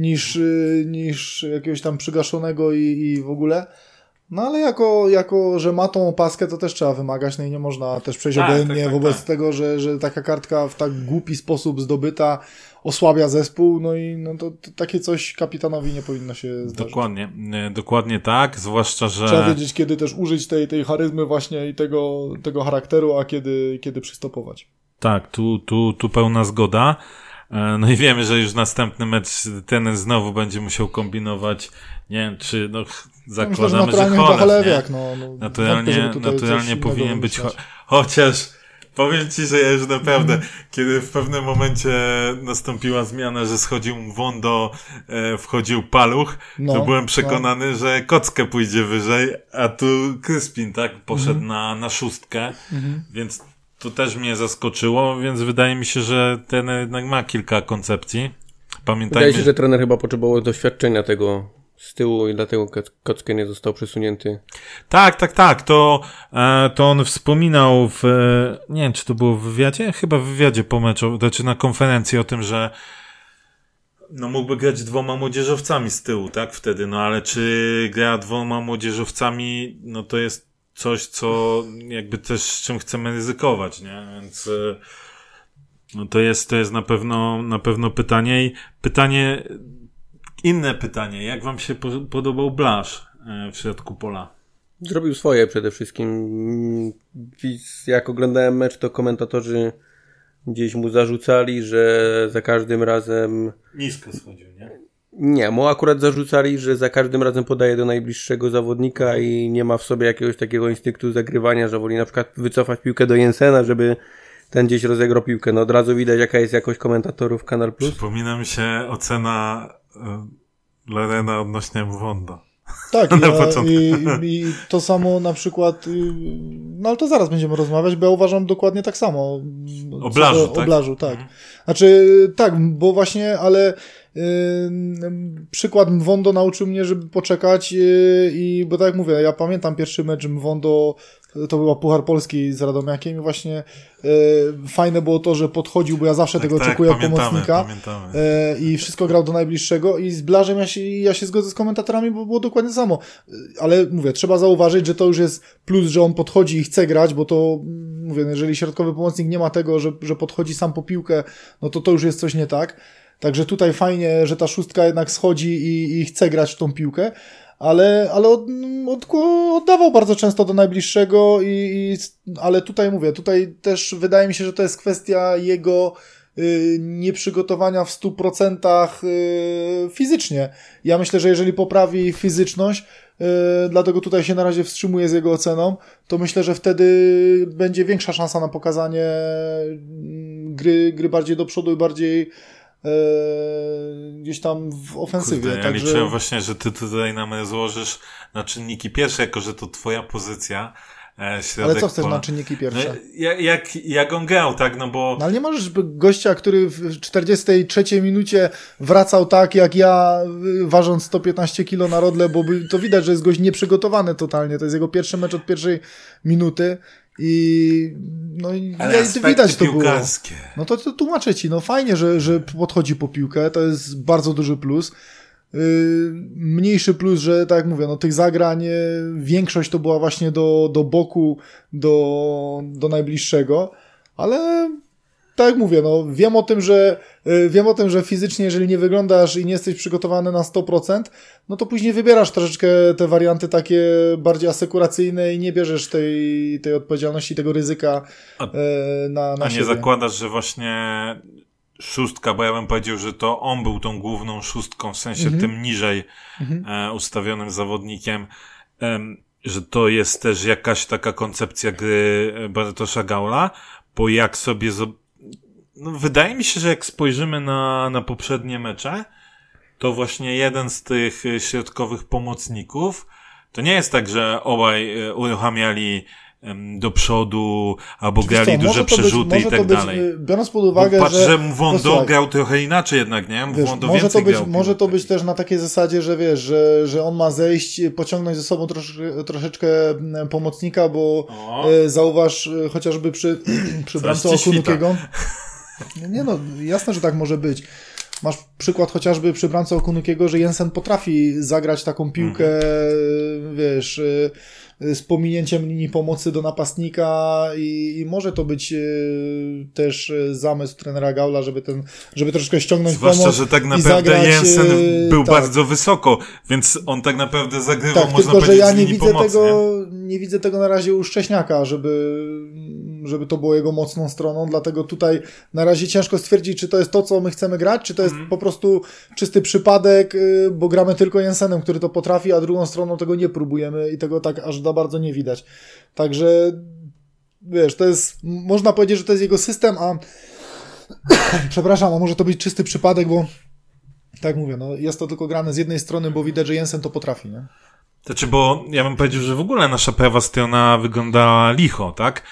niż jakiegoś tam przygaszonego i w ogóle. No ale jako, że ma tą opaskę, to też trzeba wymagać, no i nie można też przejść obojętnie wobec tego, że taka kartka w tak głupi sposób zdobyta osłabia zespół, no i no to takie coś kapitanowi nie powinno się zdarzyć. Dokładnie tak, zwłaszcza, że... Trzeba wiedzieć, kiedy też użyć tej charyzmy właśnie i tego charakteru, a kiedy przystopować. Tak, tu pełna zgoda. No i wiemy, że już następny mecz ten znowu będzie musiał kombinować, nie wiem, czy zakładamy, że Cholewiak, naturalnie powinien być, chociaż powiem ci, że ja już naprawdę, kiedy w pewnym momencie nastąpiła zmiana, że schodził Wondo, wchodził Paluch, to byłem przekonany, że Kockę pójdzie wyżej, a tu Kryspin, tak, poszedł na 6, więc to też mnie zaskoczyło, więc wydaje mi się, że ten jednak ma kilka koncepcji. Pamiętajmy, wydaje się, że trener chyba potrzebował doświadczenia tego z tyłu i dlatego Kockę nie został przesunięty. Tak. To on wspominał nie wiem, czy to było w wywiadzie? Chyba w wywiadzie po meczu, znaczy na konferencji o tym, że no mógłby grać 2 młodzieżowcami z tyłu, tak? Wtedy, no ale czy gra 2 młodzieżowcami, no to jest coś, co jakby też z czym chcemy ryzykować, nie? Więc no to jest na pewno pytanie i inne pytanie, jak wam się podobał Blaż w środku pola? Zrobił swoje przede wszystkim. Jak oglądałem mecz, to komentatorzy gdzieś mu zarzucali, że za każdym razem... Nisko schodził, nie? Nie, mu akurat zarzucali, że za każdym razem podaje do najbliższego zawodnika i nie ma w sobie jakiegoś takiego instynktu zagrywania, że woli na przykład wycofać piłkę do Jensena, żeby ten gdzieś rozegrał piłkę. No od razu widać, jaka jest jakość komentatorów Kanal Plus. Przypomina mi się ocena Lerena odnośnie Mwonda. Tak, i to samo na przykład, no ale to zaraz będziemy rozmawiać, bo ja uważam dokładnie tak samo. O Blażu, tak? O Blażu, tak. Znaczy, tak, bo właśnie, ale przykład Mwondo nauczył mnie, żeby poczekać i bo tak jak mówię, ja pamiętam pierwszy mecz Mwondo, to była Puchar Polski z Radomiakiem i właśnie fajne było to, że podchodził, bo ja zawsze tego oczekuję od pomocnika i wszystko grał do najbliższego i z Blażem ja się zgodzę z komentatorami, bo było dokładnie to samo, ale mówię, trzeba zauważyć, że to już jest plus, że on podchodzi i chce grać, bo to mówię, jeżeli środkowy pomocnik nie ma tego, że podchodzi sam po piłkę, no to już jest coś nie tak. Także tutaj fajnie, że ta szóstka jednak schodzi i chce grać w tą piłkę, ale oddawał bardzo często do najbliższego ale tutaj mówię, tutaj też wydaje mi się, że to jest kwestia jego nieprzygotowania w 100% fizycznie. Ja myślę, że jeżeli poprawi fizyczność, dlatego tutaj się na razie wstrzymuję z jego oceną, to myślę, że wtedy będzie większa szansa na pokazanie gry bardziej do przodu i bardziej gdzieś tam w ofensywie. Kurde, ja liczyłem właśnie, że ty tutaj nam złożysz na czynniki pierwsze, jako że to twoja pozycja. Ale co chcesz na czynniki pierwsze? No, jak on grał, tak? No bo... No, ale nie możesz gościa, który w 43 minucie wracał tak, jak ja, ważąc 115 kilo na rodle, bo to widać, że jest gość nieprzygotowany totalnie. To jest jego pierwszy mecz od pierwszej minuty. Ale widać to było. No to tłumaczę ci, no fajnie, że podchodzi po piłkę, to jest bardzo duży plus. Mniejszy plus, że tak jak mówię, no tych zagrań większość to była właśnie do boku, do najbliższego, ale tak jak mówię, no wiem o tym, że fizycznie, jeżeli nie wyglądasz i nie jesteś przygotowany na 100%, no to później wybierasz troszeczkę te warianty takie bardziej asekuracyjne i nie bierzesz tej odpowiedzialności, tego ryzyka na siebie. A nie zakładasz, że właśnie szóstka, bo ja bym powiedział, że to on był tą główną szóstką, w sensie tym niżej ustawionym zawodnikiem, że to jest też jakaś taka koncepcja gry Bartosza Gaula, bo jak sobie no wydaje mi się, że jak spojrzymy na poprzednie mecze, to właśnie jeden z tych środkowych pomocników, to nie jest tak, że obaj uruchamiali do przodu, albo grali duże przerzuty i tak dalej. Biorąc pod uwagę, że Mwondo grał trochę inaczej jednak, nie? Mwondo więcej grał. Może to być też na takiej zasadzie, że wiesz, że on ma zejść, pociągnąć ze sobą troszeczkę pomocnika, bo zauważ chociażby przy bramce Okunukiego. Nie no, jasne, że tak może być. Masz przykład chociażby przy bramce Okunukiego, że Jensen potrafi zagrać taką piłkę, wiesz, z pominięciem linii pomocy do napastnika i może to być też zamysł trenera Gaula, żeby troszeczkę ściągnąć pomoc. Zwłaszcza, że tak naprawdę Jensen był bardzo wysoko, więc on tak naprawdę zagrywał, można tylko, powiedzieć, że ja z linii pomocy. Nie widzę tego na razie u Szcześniaka, żeby to było jego mocną stroną, dlatego tutaj na razie ciężko stwierdzić, czy to jest to, co my chcemy grać, czy to jest po prostu czysty przypadek, bo gramy tylko Jensenem, który to potrafi, a drugą stroną tego nie próbujemy i tego tak aż za bardzo nie widać. Także wiesz, to jest, można powiedzieć, że to jest jego system, a przepraszam, a może to być czysty przypadek, bo tak mówię, no jest to tylko grane z jednej strony, bo widać, że Jensen to potrafi, nie? Znaczy, bo ja bym powiedział, że w ogóle nasza prawa strona wyglądała licho, tak?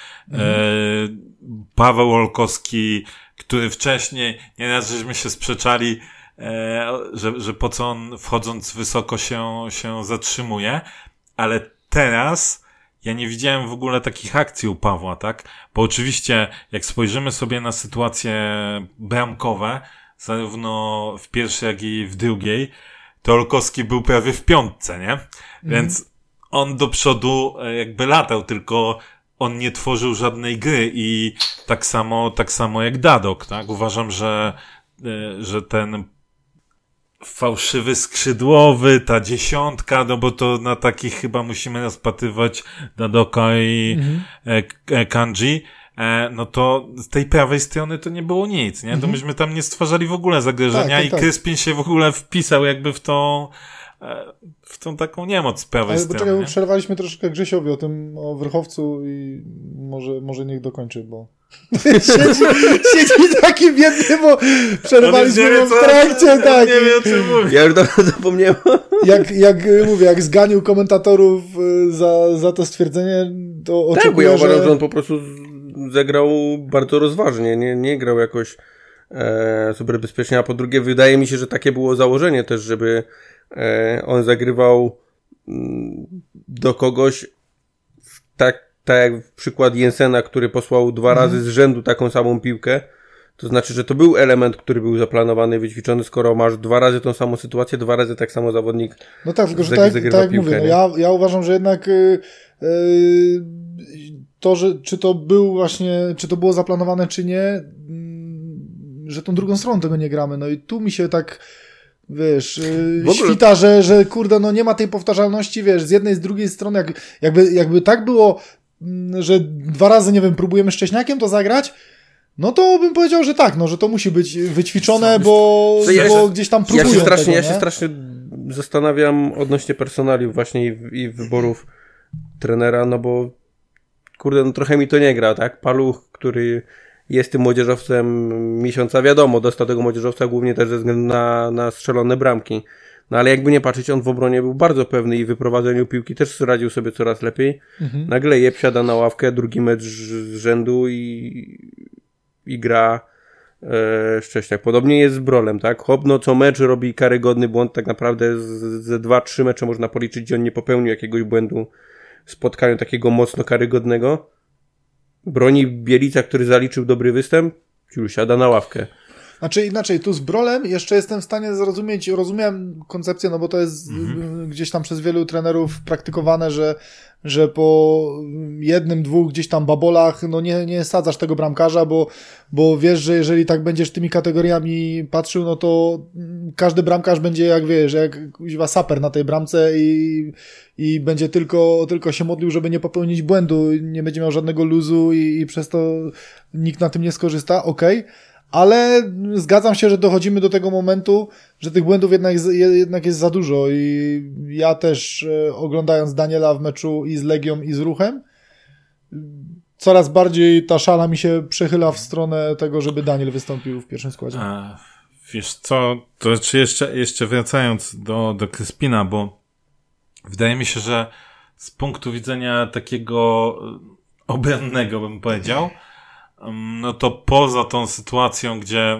Paweł Olkowski, który wcześniej, nieraz żeśmy się sprzeczali, że po co on wchodząc wysoko się zatrzymuje, ale teraz ja nie widziałem w ogóle takich akcji u Pawła, tak? Bo oczywiście jak spojrzymy sobie na sytuacje bramkowe, zarówno w pierwszej, jak i w drugiej, to Olkowski był prawie w piątce, nie? Więc on do przodu jakby latał, tylko on nie tworzył żadnej gry i tak samo jak Dadok, tak? Uważam, że ten fałszywy skrzydłowy, ta 10, no bo to na takich chyba musimy rozpatrywać Dadoka i Kanji, no to z tej prawej strony to nie było nic, nie? To myśmy tam nie stwarzali w ogóle zagrożenia i Kryspin się w ogóle wpisał jakby w tą taką niemoc z prawej strony. Ale przerwaliśmy troszkę Grzesiowi o Wrychowcu i może niech dokończy, bo siedzi taki biedny, bo przerwaliśmy go w trakcie, tak. Nie wiem, o czym mówię. Ja już dawno zapomniałem. Jak zganił komentatorów za to stwierdzenie, to oczekuję, tak, bo ja uważam, że on po prostu zagrał bardzo rozważnie, nie grał jakoś super bezpiecznie, a po drugie wydaje mi się, że takie było założenie też, żeby on zagrywał do kogoś tak jak przykład Jensena, który posłał 2 razy z rzędu taką samą piłkę, to znaczy, że to był element, który był zaplanowany, wyćwiczony, skoro masz 2 razy tą samą sytuację, 2 razy tak samo zawodnik no tak, tylko że tak jak mówię, no ja uważam, że jednak to, że czy to było zaplanowane, czy nie, że tą drugą stroną tego nie gramy, no i tu mi się tak wiesz, świta, że kurde, no nie ma tej powtarzalności, wiesz, z jednej, z drugiej strony, jakby tak było, że 2 razy, nie wiem, próbujemy Szcześniakiem to zagrać, no to bym powiedział, że tak, no, że to musi być wyćwiczone, bo gdzieś tam próbują ja się strasznie zastanawiam odnośnie personaliów właśnie i wyborów trenera, no bo kurde, no trochę mi to nie gra, tak? Paluch, który jest tym młodzieżowcem miesiąca, wiadomo, dostał tego młodzieżowca głównie też ze względu na strzelone bramki. No ale jakby nie patrzeć, on w obronie był bardzo pewny i w wyprowadzeniu piłki też radził sobie coraz lepiej. Nagle Jeb siada na ławkę, drugi mecz z rzędu i gra Szcześniak. Podobnie jest z Brolem, tak? Hobno co mecz robi karygodny błąd, tak naprawdę ze 2-3 mecze można policzyć, gdzie on nie popełnił jakiegoś błędu w spotkaniu takiego mocno karygodnego. Broni Bielica, który zaliczył dobry występ, już siada na ławkę. Znaczy inaczej, tu z Brolem jeszcze jestem w stanie zrozumieć, rozumiem koncepcję, no bo to jest gdzieś tam przez wielu trenerów praktykowane, że po 1-2 gdzieś tam babolach, no nie sadzasz tego bramkarza, bo wiesz, że jeżeli tak będziesz tymi kategoriami patrzył, no to każdy bramkarz będzie jak wiesz, jak kuźwa saper na tej bramce i będzie tylko się modlił, żeby nie popełnić błędu, nie będzie miał żadnego luzu i przez to nikt na tym nie skorzysta, okej. Ale zgadzam się, że dochodzimy do tego momentu, że tych błędów jednak jest za dużo i ja też oglądając Daniela w meczu i z Legią i z Ruchem, coraz bardziej ta szala mi się przechyla w stronę tego, żeby Daniel wystąpił w pierwszym składzie. Wiesz co, to czy jeszcze wracając do Kryspina, bo wydaje mi się, że z punktu widzenia takiego obronnego bym powiedział, no to poza tą sytuacją,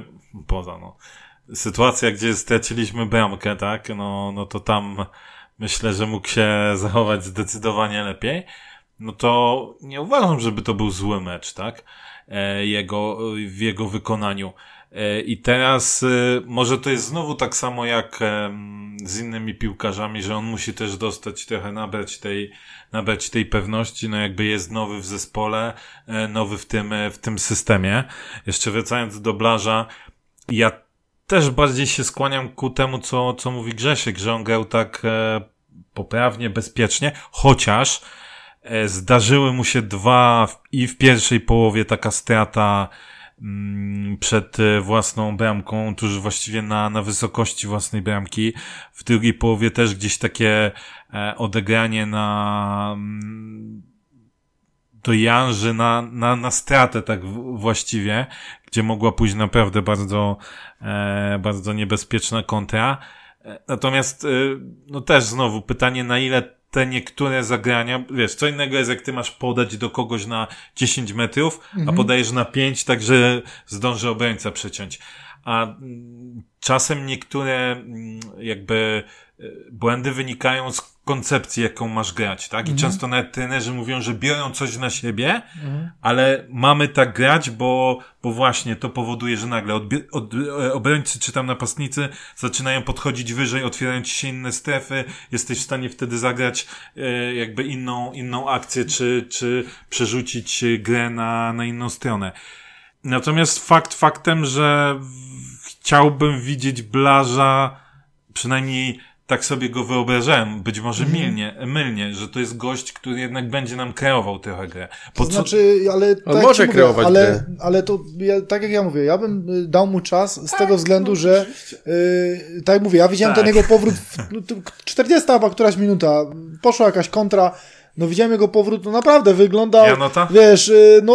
sytuacja, gdzie straciliśmy bramkę, tak, no to tam myślę, że mógł się zachować zdecydowanie lepiej, no to nie uważam, żeby to był zły mecz, tak, w jego wykonaniu. I teraz może to jest znowu tak samo jak z innymi piłkarzami, że on musi też dostać trochę, nabrać tej pewności, no jakby jest nowy w zespole, nowy w tym systemie. Jeszcze wracając do Blaża, ja też bardziej się skłaniam ku temu, co mówi Grzesiek, że on grał tak poprawnie, bezpiecznie, chociaż zdarzyły mu się 2 i w pierwszej połowie taka strata przed własną bramką, tuż właściwie na wysokości własnej bramki. W drugiej połowie też gdzieś takie odegranie do Janży na stratę tak właściwie, gdzie mogła pójść naprawdę bardzo, bardzo niebezpieczna kontra. Natomiast no też znowu pytanie, na ile te niektóre zagrania, wiesz, co innego jest, jak ty masz podać do kogoś na 10 metrów, a podajesz na 5, tak że zdąży obrońca przeciąć. a czasem niektóre jakby błędy wynikają z koncepcji, jaką masz grać, tak? I często nawet trenerzy mówią, że biorą coś na siebie, ale mamy tak grać, bo właśnie to powoduje, że nagle obrońcy czy tam napastnicy zaczynają podchodzić wyżej, otwierają ci się inne strefy, jesteś w stanie wtedy zagrać jakby inną akcję, czy przerzucić grę na inną stronę. Natomiast faktem, że chciałbym widzieć Blaża, przynajmniej tak sobie go wyobrażałem, być może mylnie, że to jest gość, który jednak będzie nam kreował trochę grę. To znaczy, ale on tak może kreować grę. Ale to, tak jak ja mówię, ja bym dał mu czas z tego względu, że tak jak mówię, ja widziałem ten jego powrót w 40 chyba któraś minuta, poszła jakaś kontra, no widziałem jego powrót, no naprawdę wyglądał, Janota? Wiesz, no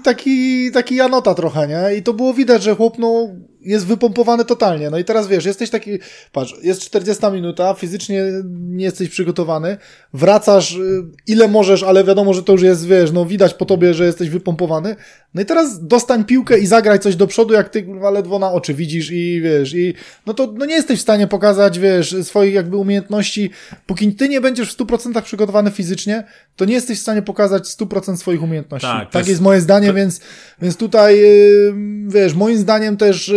taki Janota trochę, nie? I to było widać, że chłop, no, jest wypompowany totalnie. No i teraz wiesz, jesteś taki, patrz, jest 40 minuta, fizycznie nie jesteś przygotowany, wracasz ile możesz, ale wiadomo, że to już jest, wiesz, no widać po tobie, że jesteś wypompowany. No i teraz dostań piłkę i zagraj coś do przodu, jak ty ledwo na oczy widzisz i wiesz, i no to no nie jesteś w stanie pokazać, wiesz, swoich jakby umiejętności. Póki ty nie będziesz w 100% przygotowany fizycznie, to nie jesteś w stanie pokazać 100% swoich umiejętności. Tak jest moje zdanie, więc tutaj, wiesz, moim zdaniem też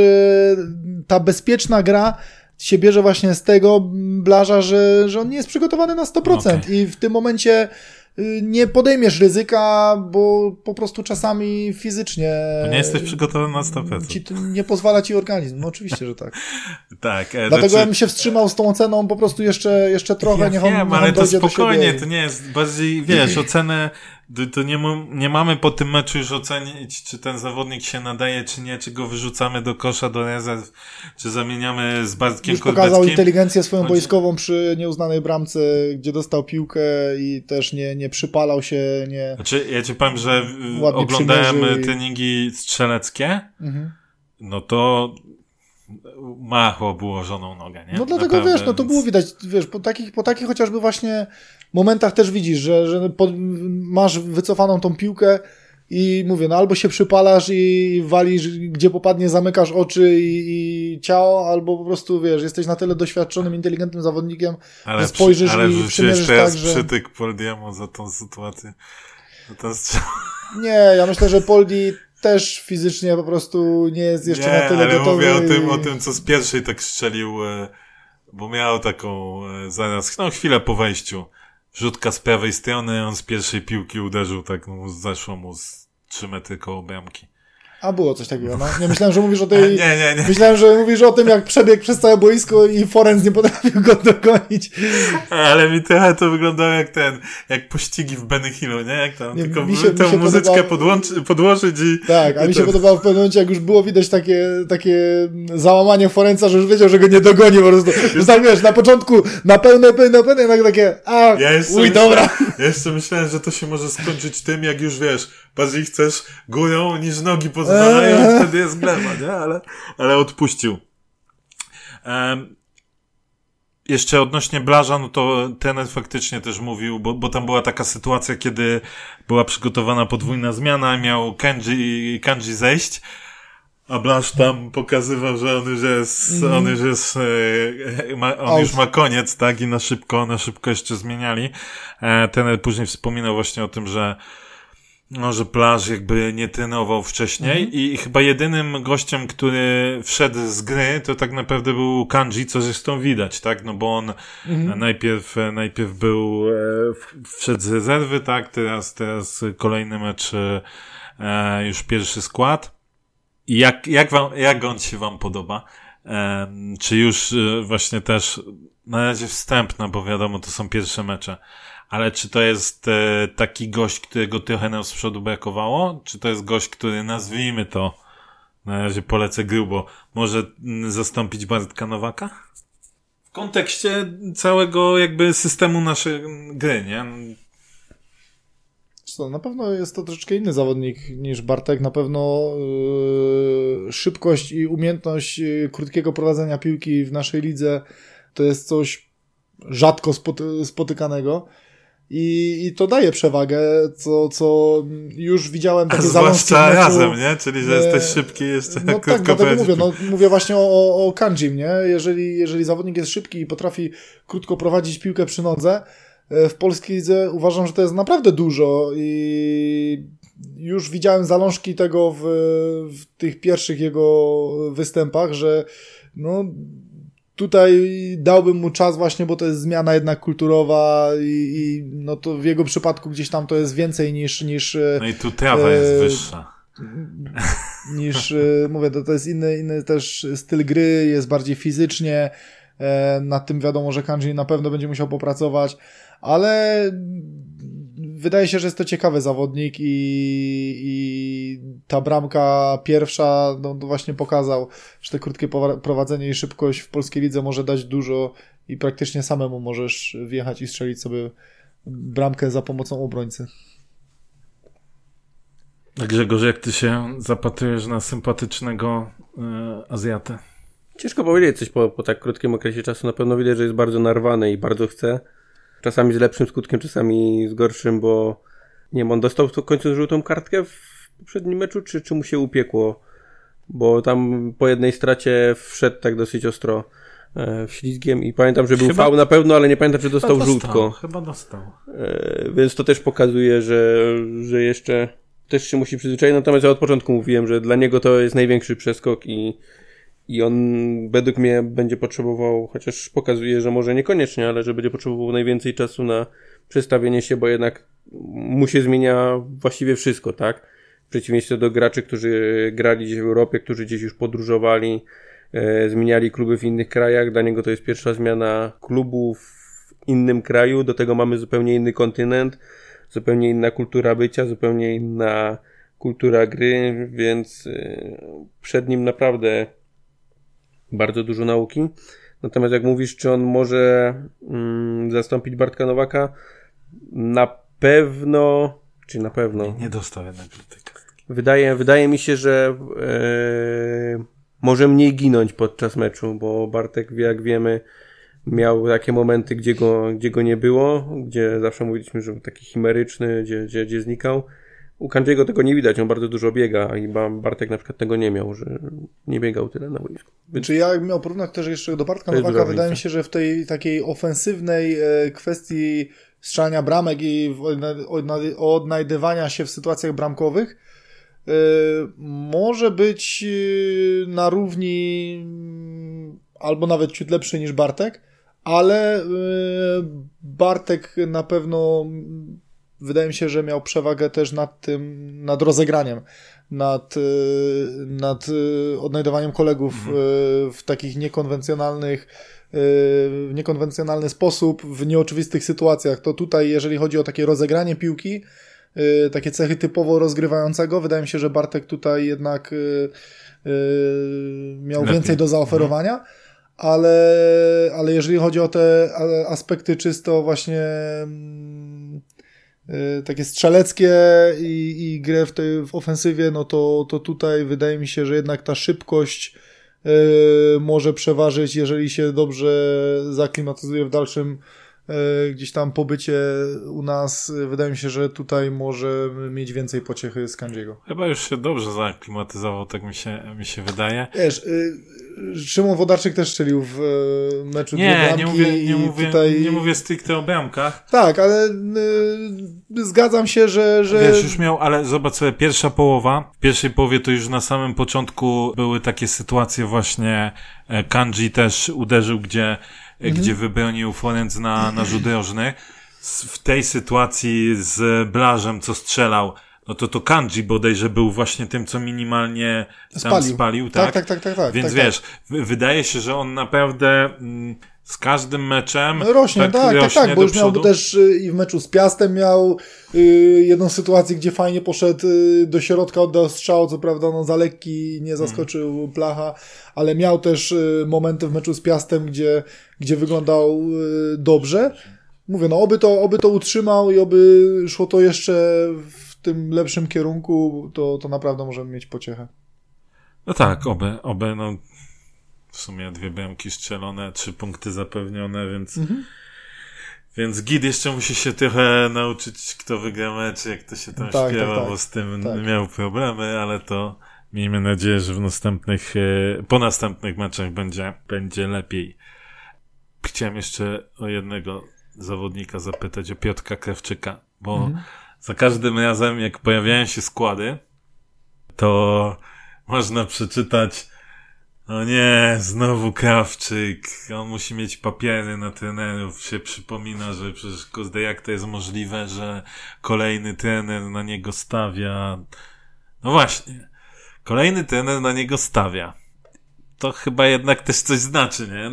ta bezpieczna gra się bierze właśnie z tego Blaża, że on nie jest przygotowany na 100%. I w tym momencie nie podejmiesz ryzyka, bo po prostu czasami fizycznie... To nie jesteś przygotowany na 100%. Nie pozwala ci organizm. No oczywiście, że tak. Tak. Dlatego ja bym się wstrzymał z tą oceną po prostu jeszcze trochę. Ja niech wiem, on ale to dojdzie spokojnie, do siebie. to nie jest bardziej, wiesz, ocenę, to nie mamy po tym meczu już ocenić, czy ten zawodnik się nadaje, czy nie, czy go wyrzucamy do kosza, do rezerw, czy zamieniamy z Bartkiem Już pokazał Korbeckim. inteligencję swoją boiskową przy nieuznanej bramce, gdzie dostał piłkę i też nie przypalał się, nie... Znaczy, ja ci powiem, że oglądałem treningi strzeleckie, no to ma chłop ułożoną nogę, nie? No dlatego naprawdę, wiesz, no to było widać, wiesz, po takich chociażby właśnie momentach też widzisz, że masz wycofaną tą piłkę i mówię, no albo się przypalasz i walisz, gdzie popadnie, zamykasz oczy i ciało, albo po prostu, wiesz, jesteś na tyle doświadczonym, inteligentnym zawodnikiem, że spojrzysz i przymierzysz tak, że... przytyk Poldiemu za tą sytuację. Za ten strzał. Nie, ja myślę, że Poldi też fizycznie po prostu nie jest jeszcze na tyle gotowy. Nie, ale mówię o tym, co z pierwszej tak strzelił, bo miał taką zaraz, no chwilę po wejściu, rzutka z prawej strony, on z pierwszej piłki uderzył, tak no, zeszło mu z 3 metry koło bramki. A było coś takiego, no. Nie myślałem, że mówisz o tej... Nie. Myślałem, że mówisz o tym, jak przebiegł przez całe boisko i Forenz nie potrafił go dogonić. Ale mi trochę to wyglądało jak pościgi w Benny Hillu, nie? Jak tam, nie, tylko tę muzyczkę podłożyć i... Tak, a mi się podobało w pewnym momencie, jak już było widać takie załamanie Forenza, że już wiedział, że go nie dogoni po prostu. Już tak, wiesz, na początku na pełne, tak takie, dobra. Ja jeszcze myślałem, że to się może skończyć tym, jak już wiesz, bardziej chcesz górą niż nogi pozwalają, i wtedy jest gleba, nie? Ale odpuścił. Jeszcze odnośnie Blaża, no to trener faktycznie też mówił, bo tam była taka sytuacja, kiedy była przygotowana podwójna zmiana, miał Kanji zejść, a Blaż tam pokazywał, że on już ma koniec, tak? I na szybko jeszcze zmieniali. Trener później wspominał właśnie o tym, że Blaż jakby nie trenował wcześniej i chyba jedynym gościem, który wszedł z gry, to tak naprawdę był Kanji, co zresztą widać, tak? No bo on najpierw był, wszedł z rezerwy, tak? Teraz kolejny mecz, już pierwszy skład. I jak on się wam podoba? Czy już właśnie też na razie wstępna, bo wiadomo, to są pierwsze mecze. Ale czy to jest taki gość, którego trochę nam z przodu brakowało? Czy to jest gość, który, nazwijmy to, na razie polecę grubo, może zastąpić Bartka Nowaka? W kontekście całego jakby systemu naszej gry, nie? Na pewno jest to troszeczkę inny zawodnik niż Bartek. Na pewno szybkość i umiejętność krótkiego prowadzenia piłki w naszej lidze to jest coś rzadko spotykanego. I to daje przewagę, co już widziałem takie zalążki. Zwłaszcza razem, nie? Czyli, że jesteś szybki jeszcze no tak, dlatego mówię właśnie o Kanjim, nie? Jeżeli zawodnik jest szybki i potrafi krótko prowadzić piłkę przy nodze, w polskiej lidze uważam, że to jest naprawdę dużo i już widziałem zalążki tego w tych pierwszych jego występach, że no tutaj dałbym mu czas właśnie, bo to jest zmiana jednak kulturowa i no to w jego przypadku gdzieś tam to jest więcej niż no i tu trawa jest wyższa. Niż, mówię, to jest inny też styl gry, jest bardziej fizycznie, nad tym wiadomo, że Kanji na pewno będzie musiał popracować, ale wydaje się, że jest to ciekawy zawodnik i ta bramka pierwsza no właśnie pokazał, że te krótkie prowadzenie i szybkość w polskiej lidze może dać dużo i praktycznie samemu możesz wjechać i strzelić sobie bramkę za pomocą obrońcy. Grzegorz, jak ty się zapatrujesz na sympatycznego Azjatę? Ciężko powiedzieć coś po tak krótkim okresie czasu. Na pewno widać, że jest bardzo narwany i bardzo chce. Czasami z lepszym skutkiem, czasami z gorszym, bo nie wiem, on dostał w końcu żółtą kartkę w poprzednim meczu, czy mu się upiekło? Bo tam po jednej stracie wszedł tak dosyć ostro ślizgiem i pamiętam, że był faul na pewno, ale nie pamiętam, czy dostał żółtko. Chyba dostał. Więc to też pokazuje, że jeszcze też się musi przyzwyczaić. Natomiast ja od początku mówiłem, że dla niego to jest największy przeskok i on według mnie będzie potrzebował, chociaż pokazuje, że może niekoniecznie, ale że będzie potrzebował najwięcej czasu na przestawienie się, bo jednak mu się zmienia właściwie wszystko, tak? W przeciwieństwie do graczy, którzy grali gdzieś w Europie, którzy gdzieś już podróżowali, zmieniali kluby w innych krajach. Dla niego to jest pierwsza zmiana klubu w innym kraju, do tego mamy zupełnie inny kontynent, zupełnie inna kultura bycia, zupełnie inna kultura gry, więc przed nim naprawdę bardzo dużo nauki. Natomiast jak mówisz, czy on może zastąpić Bartka Nowaka? Na pewno. Nie dostał jednak tej kartki. Wydaje mi się, że może mniej ginąć podczas meczu, bo Bartek, jak wiemy, miał takie momenty, gdzie go nie było, gdzie zawsze mówiliśmy, że był taki chimeryczny, gdzie znikał. U Kanjiego tego nie widać, on bardzo dużo biega, i Bartek na przykład tego nie miał, że nie biegał tyle na boisku. Więc... Czy ja miał porównać też jeszcze do Bartka Nowaka, wydaje mi się, że w tej takiej ofensywnej kwestii strzelania bramek i odnajdywania się w sytuacjach bramkowych może być na równi albo nawet ciut lepszy niż Bartek, ale Bartek na pewno wydaje mi się, że miał przewagę też nad rozegraniem, nad odnajdowaniem kolegów w takich w niekonwencjonalny sposób, w nieoczywistych sytuacjach. To tutaj, jeżeli chodzi o takie rozegranie piłki, takie cechy typowo rozgrywającego, wydaje mi się, że Bartek tutaj jednak miał więcej do zaoferowania, ale jeżeli chodzi o te aspekty czysto właśnie takie strzeleckie i grę w ofensywie, no to tutaj wydaje mi się, że jednak ta szybkość może przeważyć, jeżeli się dobrze zaklimatyzuje w dalszym gdzieś tam pobycie u nas. Wydaje mi się, że tutaj może mieć więcej pociechy z Kanjiego. Chyba już się dobrze zaaklimatyzował, tak mi się wydaje. Wiesz, Szymon Wodarczyk też strzelił w meczu dwie bramki. Nie mówię stricte o bramkach. Tak, ale zgadzam się, że... Wiesz, już miał, ale zobacz sobie, pierwsza połowa. W pierwszej połowie to już na samym początku były takie sytuacje właśnie, Kanji też uderzył, gdzie wybronił Florenc na rzut rożny. W tej sytuacji z Blażem, co strzelał, no to Kanji bodajże był właśnie tym, co minimalnie tam spalił, tak? Tak. Więc wiesz, wydaje się, że on naprawdę z każdym meczem rośnie, tak, bo już miał też i w meczu z Piastem miał jedną sytuację, gdzie fajnie poszedł do środka, oddał strzał, co prawda no za lekki, nie zaskoczył Placha, ale miał też momenty w meczu z Piastem, gdzie wyglądał dobrze. Mówię, no oby to utrzymał i oby szło to jeszcze w tym lepszym kierunku, to naprawdę możemy mieć pociechę. No tak, oby no w sumie 2 bramki strzelone, 3 punkty zapewnione, więc Więc Gid jeszcze musi się trochę nauczyć, kto wygra mecz, jak to się tam śpiewa, bo z tym miał problemy, ale to miejmy nadzieję, że po następnych meczach będzie lepiej. Chciałem jeszcze o jednego zawodnika zapytać, o Piotra Krawczyka, bo za każdym razem, jak pojawiają się składy, to można przeczytać: o nie, znowu Krawczyk, on musi mieć papiery na trenerów, się przypomina, że przecież kurde, jak to jest możliwe, że kolejny trener na niego stawia. No właśnie, kolejny trener na niego stawia. To chyba jednak też coś znaczy, nie?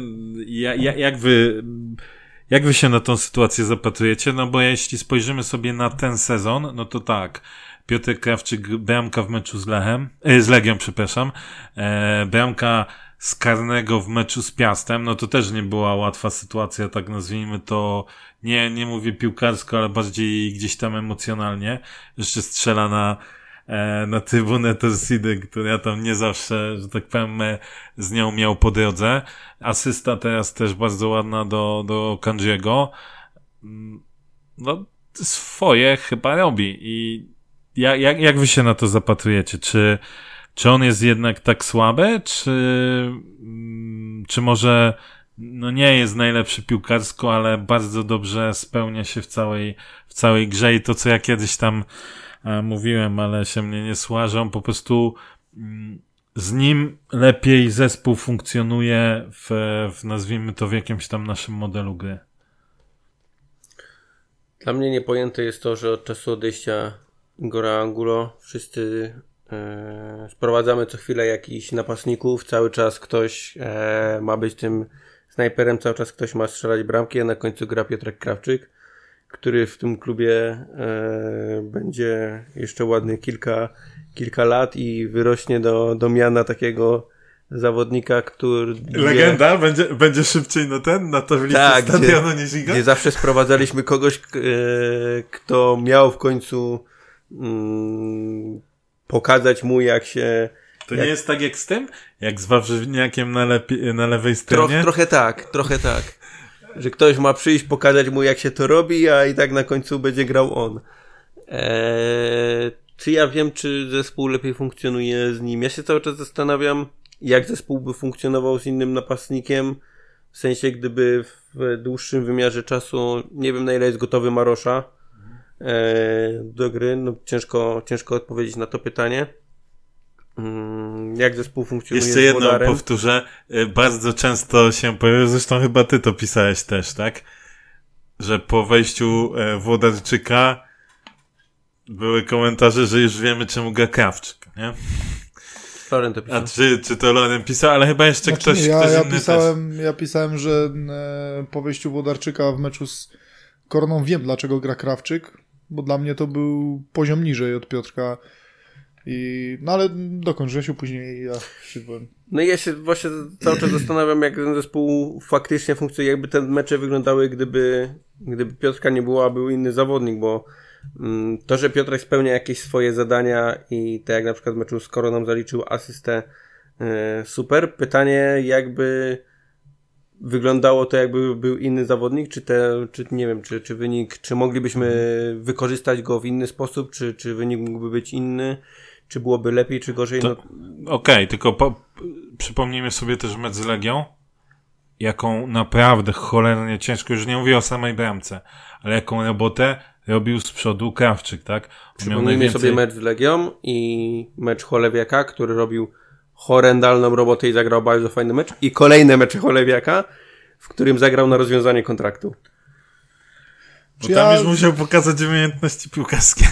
Jak wy się na tą sytuację zapatrujecie? No bo jeśli spojrzymy sobie na ten sezon, no to tak, Piotr Krawczyk, bramka w meczu z Legią, bramka z karnego w meczu z Piastem, no to też nie była łatwa sytuacja, tak nazwijmy to, nie mówię piłkarsko, ale bardziej gdzieś tam emocjonalnie. Jeszcze strzela na trybunę Torcidy, która tam nie zawsze, że tak powiem, z nią miał po drodze. Asysta teraz też bardzo ładna do Kanjiego. No, swoje chyba robi. I jak wy się na to zapatrujecie? Czy on jest jednak tak słaby? Czy może no nie jest najlepszy piłkarsko, ale bardzo dobrze spełnia się w całej grze i to, co ja kiedyś tam mówiłem, ale się mnie nie słucha, że on po prostu z nim lepiej zespół funkcjonuje nazwijmy to, w jakimś tam naszym modelu gry. Dla mnie niepojęte jest to, że od czasu odejścia Igora Angulo wszyscy sprowadzamy co chwilę jakichś napastników, cały czas ktoś ma być tym snajperem, cały czas ktoś ma strzelać bramki, a na końcu gra Piotrek Krawczyk, który w tym klubie będzie jeszcze ładny kilka lat i wyrośnie do miana takiego zawodnika, który... Legenda? Będzie szybciej na tablicy stadionu niż Igor? Gdzie zawsze sprowadzaliśmy kogoś, kto miał w końcu pokazać mu, jak się... To nie jest tak jak z tym? Jak z Wawrzyniakiem na lewej stronie? Trochę tak. Że ktoś ma przyjść, pokazać mu, jak się to robi, a i tak na końcu będzie grał on. Czy ja wiem, czy zespół lepiej funkcjonuje z nim? Ja się cały czas zastanawiam, jak zespół by funkcjonował z innym napastnikiem, w sensie gdyby w dłuższym wymiarze czasu, nie wiem na ile jest gotowy Marosza do gry, no ciężko odpowiedzieć na to pytanie. Jak zespół funkcjonuje jeszcze z jedną Włodarem. Powtórzę, bardzo często się pojawia, zresztą chyba ty to pisałeś też, tak? Że po wejściu Włodarczyka były komentarze, że już wiemy, czemu gra Krawczyk, nie? Loren to pisał. A czy to Loren pisał, ale chyba jeszcze ktoś inny Ja pisałem, że po wejściu Włodarczyka w meczu z Koroną wiem, dlaczego gra Krawczyk, bo dla mnie to był poziom niżej od Piotrka. No ale dokończę się później, ja się byłem. No i ja się właśnie cały czas zastanawiam, jak ten zespół faktycznie funkcjonuje, jakby te mecze wyglądały, gdyby Piotrka nie było, a był inny zawodnik, bo to, że Piotrek spełnia jakieś swoje zadania i tak jak na przykład w meczu z Koroną zaliczył asystę, super. Pytanie, jakby wyglądało to, jakby był inny zawodnik, czy nie wiem, czy wynik, czy moglibyśmy wykorzystać go w inny sposób, czy wynik mógłby być inny, czy byłoby lepiej, czy gorzej. Okej, tylko przypomnijmy sobie też mecz z Legią, jaką naprawdę cholernie ciężko, już nie mówię o samej bramce, ale jaką robotę robił z przodu Krawczyk, tak? Przypomnijmy sobie mecz z Legią i mecz Cholewiaka, który robił horrendalną robotę i zagrał bardzo fajny mecz, i kolejne mecze Cholewiaka, w którym zagrał na rozwiązanie kontraktu. Bo tam już musiał pokazać umiejętności piłkarskie.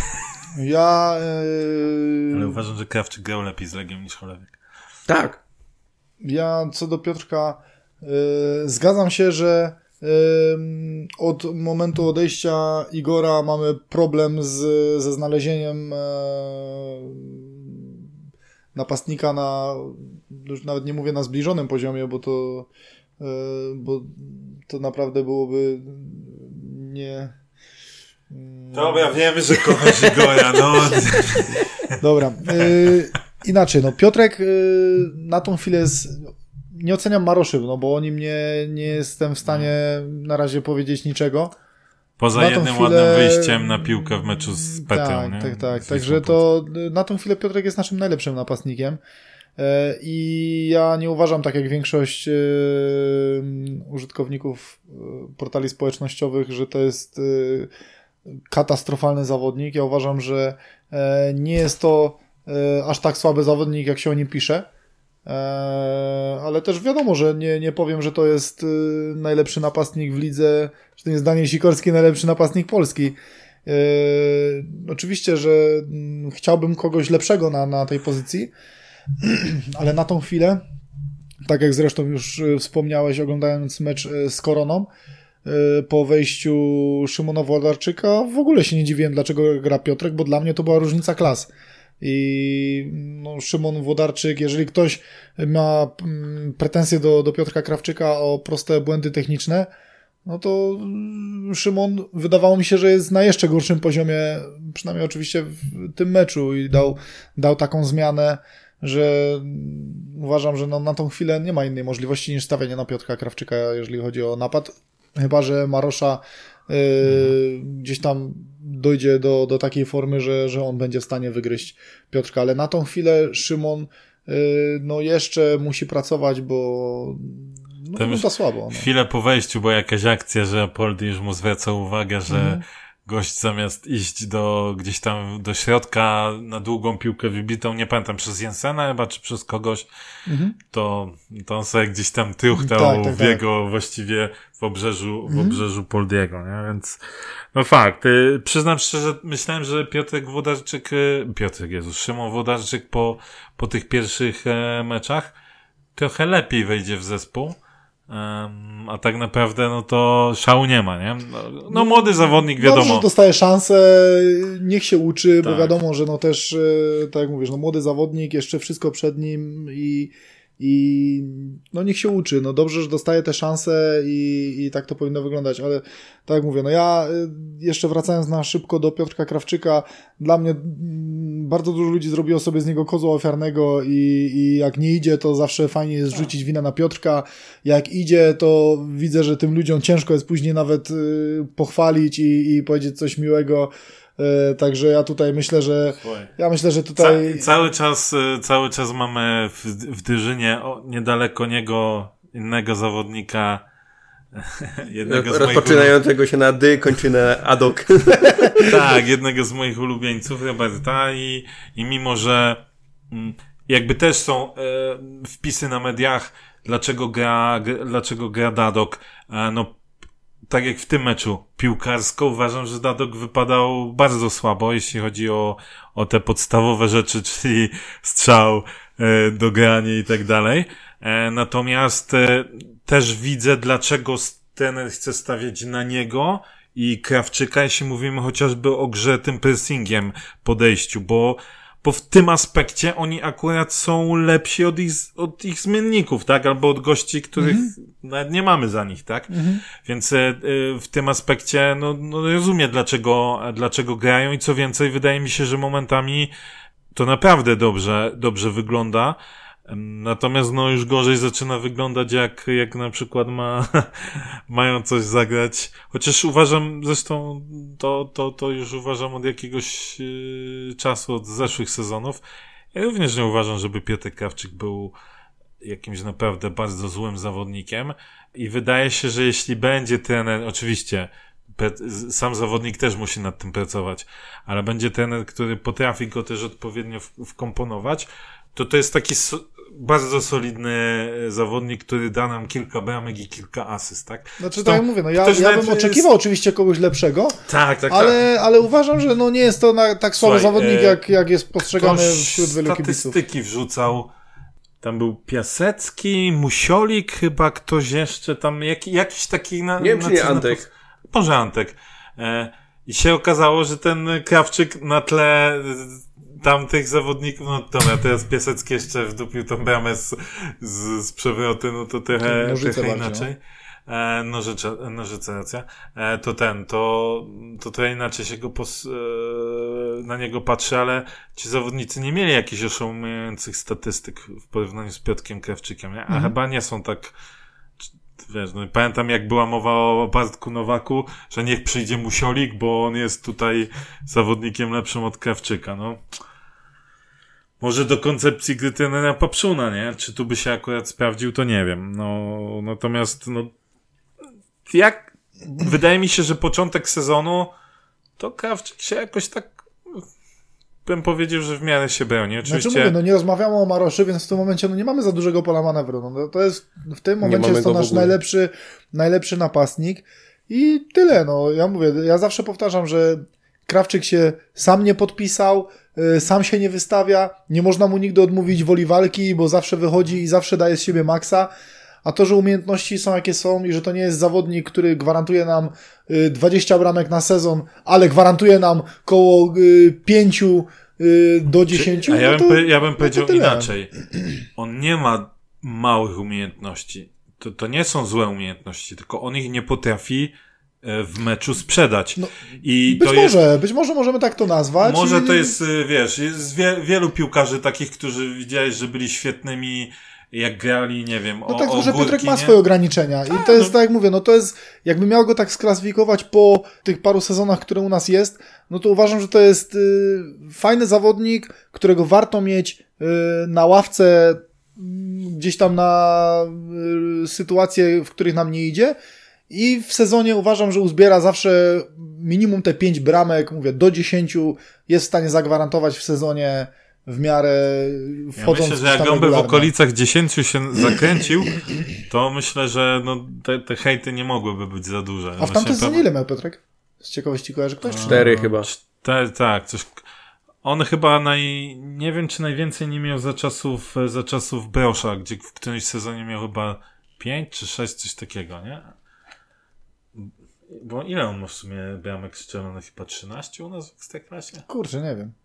Ale uważam, że Krawczyk grał lepiej z Legią niż Cholewiak. Tak. Ja co do Piotrka zgadzam się, że od momentu odejścia Igora mamy problem ze znalezieniem napastnika już nawet nie mówię na zbliżonym poziomie, bo to naprawdę byłoby nie... Dobra, wiemy, że kochasz Igora, no. Dobra, inaczej, no Piotrek na tą chwilę nie oceniam Maroszy, no bo o nim nie jestem w stanie na razie powiedzieć niczego. Poza jednym ładnym wyjściem na piłkę w meczu z Petrą. Tak. Także to na tą chwilę Piotrek jest naszym najlepszym napastnikiem. I ja nie uważam, tak jak większość użytkowników portali społecznościowych, że to jest katastrofalny zawodnik. Ja uważam, że nie jest to aż tak słaby zawodnik, jak się o nim pisze. Ale też wiadomo, że nie powiem, że to jest najlepszy napastnik w lidze, że to jest Daniel Sikorski najlepszy napastnik Polski. Oczywiście, że chciałbym kogoś lepszego na tej pozycji, ale na tą chwilę, tak jak zresztą już wspomniałeś, oglądając mecz z Koroną, po wejściu Szymona Włodarczyka w ogóle się nie dziwiłem, dlaczego gra Piotrek, bo dla mnie to była różnica klas. I Szymon Włodarczyk, jeżeli ktoś ma pretensje do Piotrka Krawczyka o proste błędy techniczne, no to Szymon wydawało mi się, że jest na jeszcze gorszym poziomie, przynajmniej oczywiście w tym meczu, i dał taką zmianę, że uważam, że na tą chwilę nie ma innej możliwości niż stawianie na Piotrka Krawczyka, jeżeli chodzi o napad, chyba że Marosza gdzieś tam dojdzie do takiej formy, że on będzie w stanie wygryźć Piotrka, ale na tą chwilę Szymon jeszcze musi pracować, bo to słabo. Chwilę po wejściu była jakaś akcja, że Poldi już mu zwraca uwagę, że gość zamiast iść gdzieś tam do środka na długą piłkę wybitą, nie pamiętam, przez Jensena chyba, czy przez kogoś, to on sobie gdzieś tam tyłchtał w jego właściwie w obrzeżu Poldiego, nie? Więc fakt. Przyznam szczerze, myślałem, że Szymon Włodarczyk po tych pierwszych meczach trochę lepiej wejdzie w zespół. A tak naprawdę to szału nie ma, nie? Młody zawodnik, wiadomo. Dobrze, że dostaje szansę, niech się uczy, bo wiadomo, że też, tak jak mówisz, młody zawodnik, jeszcze wszystko przed nim i niech się uczy. Dobrze, że dostaje te szanse i tak to powinno wyglądać, ale tak jak mówię, ja jeszcze wracając na szybko do Piotrka Krawczyka, dla mnie bardzo dużo ludzi zrobiło sobie z niego kozła ofiarnego i jak nie idzie, to zawsze fajnie jest rzucić winę na Piotrka. Jak idzie, to widzę, że tym ludziom ciężko jest później nawet pochwalić i powiedzieć coś miłego. Także ja tutaj myślę, że tutaj... Cały czas mamy w drużynie niedaleko niego innego zawodnika, rozpoczynającego się na dy, kończy na adok. Tak, jednego z moich ulubieńców, Roberta, i mimo, że jakby też są wpisy na mediach, dlaczego gra Dadok, tak jak w tym meczu piłkarsko, uważam, że Dadok wypadał bardzo słabo, jeśli chodzi o te podstawowe rzeczy, czyli strzał, dogranie i tak dalej. Natomiast też widzę, dlaczego trener chce stawiać na niego i Krawczyka, jeśli mówimy chociażby o grze tym pressingiem, podejściu, bo w tym aspekcie oni akurat są lepsi od ich zmienników, tak? Albo od gości, których nawet nie mamy za nich, tak? Więc w tym aspekcie rozumiem, dlaczego grają, i co więcej, wydaje mi się, że momentami to naprawdę dobrze wygląda. Natomiast już gorzej zaczyna wyglądać, jak na przykład mają coś zagrać. Chociaż uważam, zresztą to już uważam od jakiegoś czasu, od zeszłych sezonów. Ja również nie uważam, żeby Piotrek Krawczyk był jakimś naprawdę bardzo złym zawodnikiem, i wydaje się, że jeśli będzie trener, oczywiście sam zawodnik też musi nad tym pracować, ale będzie trener, który potrafi go też odpowiednio wkomponować, to jest taki bardzo solidny zawodnik, który da nam kilka bramek i kilka asyst, tak? Znaczy, tak jak mówię, ja bym oczekiwał oczywiście kogoś lepszego, tak. Ale uważam, że nie jest to tak słaby zawodnik, jak jest postrzegany wśród wielu kibiców. Statystyki wrzucał, tam był Piasecki, Musiolik, chyba ktoś jeszcze tam, jakiś taki... Nie wiem, czy nie Antek. Może Antek. I się okazało, że ten Krawczyk na tle tamtych zawodników, dobra, teraz Piasecki jeszcze wdupił tą bramę z przewroty, to trochę inaczej. Nożyce, racja. To trochę inaczej się na niego patrzy, ale ci zawodnicy nie mieli jakichś oszałamiających statystyk w porównaniu z Piotrkiem Krawczykiem, nie? A chyba nie są tak wiesz, no pamiętam jak była mowa o Bartku Nowaku, że niech przyjdzie Musiolik, bo on jest tutaj zawodnikiem lepszym od Krawczyka, no. Może do koncepcji gry trenera Papszuna, nie? Czy tu by się akurat sprawdził, to nie wiem. No, natomiast, no, wydaje mi się, że początek sezonu to Krawczyk się jakoś tak, bym powiedział, że w miarę się broni. Oczywiście... Znaczy mówię, nie rozmawiamy o Maroszy, więc w tym momencie nie mamy za dużego pola manewru. No, to jest, w tym momencie jest to nasz najlepszy napastnik i tyle. No, ja zawsze powtarzam, że Krawczyk się sam nie podpisał, sam się nie wystawia, nie można mu nigdy odmówić woli walki, bo zawsze wychodzi i zawsze daje z siebie maksa, a to, że umiejętności są jakie są i że to nie jest zawodnik, który gwarantuje nam 20 bramek na sezon, ale gwarantuje nam koło 5 do 10. A ja bym powiedział inaczej. On nie ma małych umiejętności. To nie są złe umiejętności, tylko on ich nie potrafi w meczu sprzedać. No, i być może możemy tak to nazwać. Może to jest, wiesz, jest wielu piłkarzy takich, którzy widziałeś, że byli świetnymi, jak grali, nie wiem, no tak, że Piotrek ma swoje ograniczenia. I to jest, tak jak mówię, to jest, jakby miał go tak sklasyfikować po tych paru sezonach, które u nas jest, no to uważam, że to jest fajny zawodnik, którego warto mieć na ławce gdzieś tam na sytuacje, w których nam nie idzie. I w sezonie uważam, że uzbiera zawsze minimum te 5 bramek, mówię, do 10 jest w stanie zagwarantować w sezonie w miarę wchodząc. Ja myślę, że jak on by w okolicach 10 się zakręcił, to myślę, że te hejty nie mogłyby być za duże. A w tamtym sezonie ile miał Piotrek? Z ciekawości kojarzy ktoś? 4 chyba. Tak, coś. On chyba nie wiem, czy najwięcej nie miał za czasów Brosza, gdzie w którymś sezonie miał chyba 5 czy 6, coś takiego, nie? Bo ile on ma w sumie bramek strzelonych? Chyba 13 u nas w Ekstraklasie? Kurczę, nie wiem.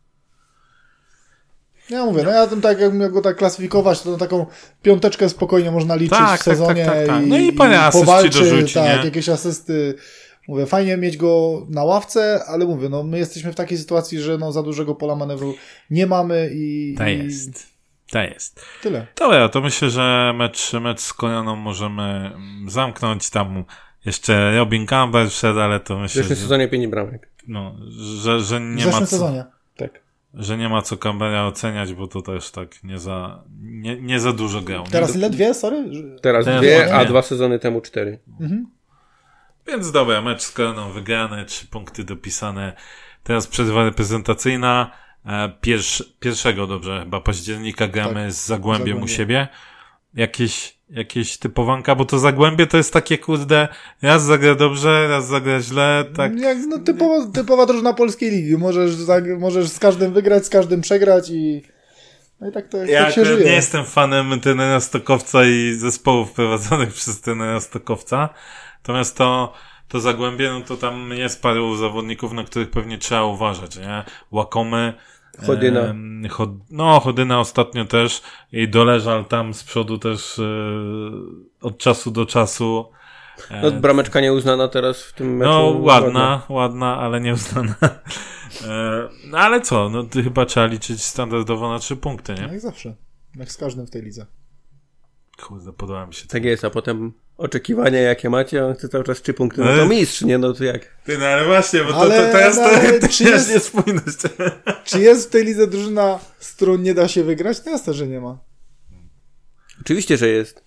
Ja mówię, ja tym tak, jak go tak klasyfikować, to na taką 5 spokojnie można liczyć w sezonie. Tak. No i parę asyst ci dorzuci, tak, jakieś asysty. Mówię, fajnie mieć go na ławce, ale mówię, my jesteśmy w takiej sytuacji, że za dużego pola manewru nie mamy i... To jest. Tyle. Dobra, to myślę, że mecz z Konianą możemy zamknąć. Tam jeszcze Robin Campbell wszedł, ale to myślę, że... W zeszłym sezonie 5 bramek. No, że nie ma co... W zeszłym sezonie, tak. Że nie ma co Campbella oceniać, bo to też tak nie za dużo grał. Teraz ile? 2? Sorry? Teraz 2, a 2 sezony temu 4. Mhm. Więc dobra, mecz z Koroną wygrany, 3 punkty dopisane. Teraz przerwa reprezentacyjna. 1 chyba października gramy z Zagłębiem u siebie. Jakieś typowanka, bo to Zagłębie to jest takie, kurde, raz zagra dobrze, raz zagra źle, tak. Jak, typowa drużyna polskiej ligi. Możesz z każdym wygrać, z każdym przegrać i tak to ja tak się żyje. Nie jestem fanem trenera Stokowca i zespołów prowadzonych przez trenera Stokowca. Natomiast to Zagłębie, to tam jest paru zawodników, na których pewnie trzeba uważać, nie? Łakomy, Chodyna. Chodyna ostatnio też i Doleżal tam z przodu też od czasu do czasu. Brameczka nieuznana teraz w tym meczu. Ładna, ale nieuznana. Ale co? Chyba trzeba liczyć standardowo na 3 punkty, nie? Jak zawsze. Jak z każdym w tej lidze. Kurde, podoba mi się to. Tak jest, a potem oczekiwania jakie macie, on chce cały czas 3 punkty. To mistrz, nie? To jak? Ale właśnie, bo to jest niespójność. Czy jest w tej lidze drużyna, z którą nie da się wygrać? No jasne, że nie ma. Oczywiście, że jest.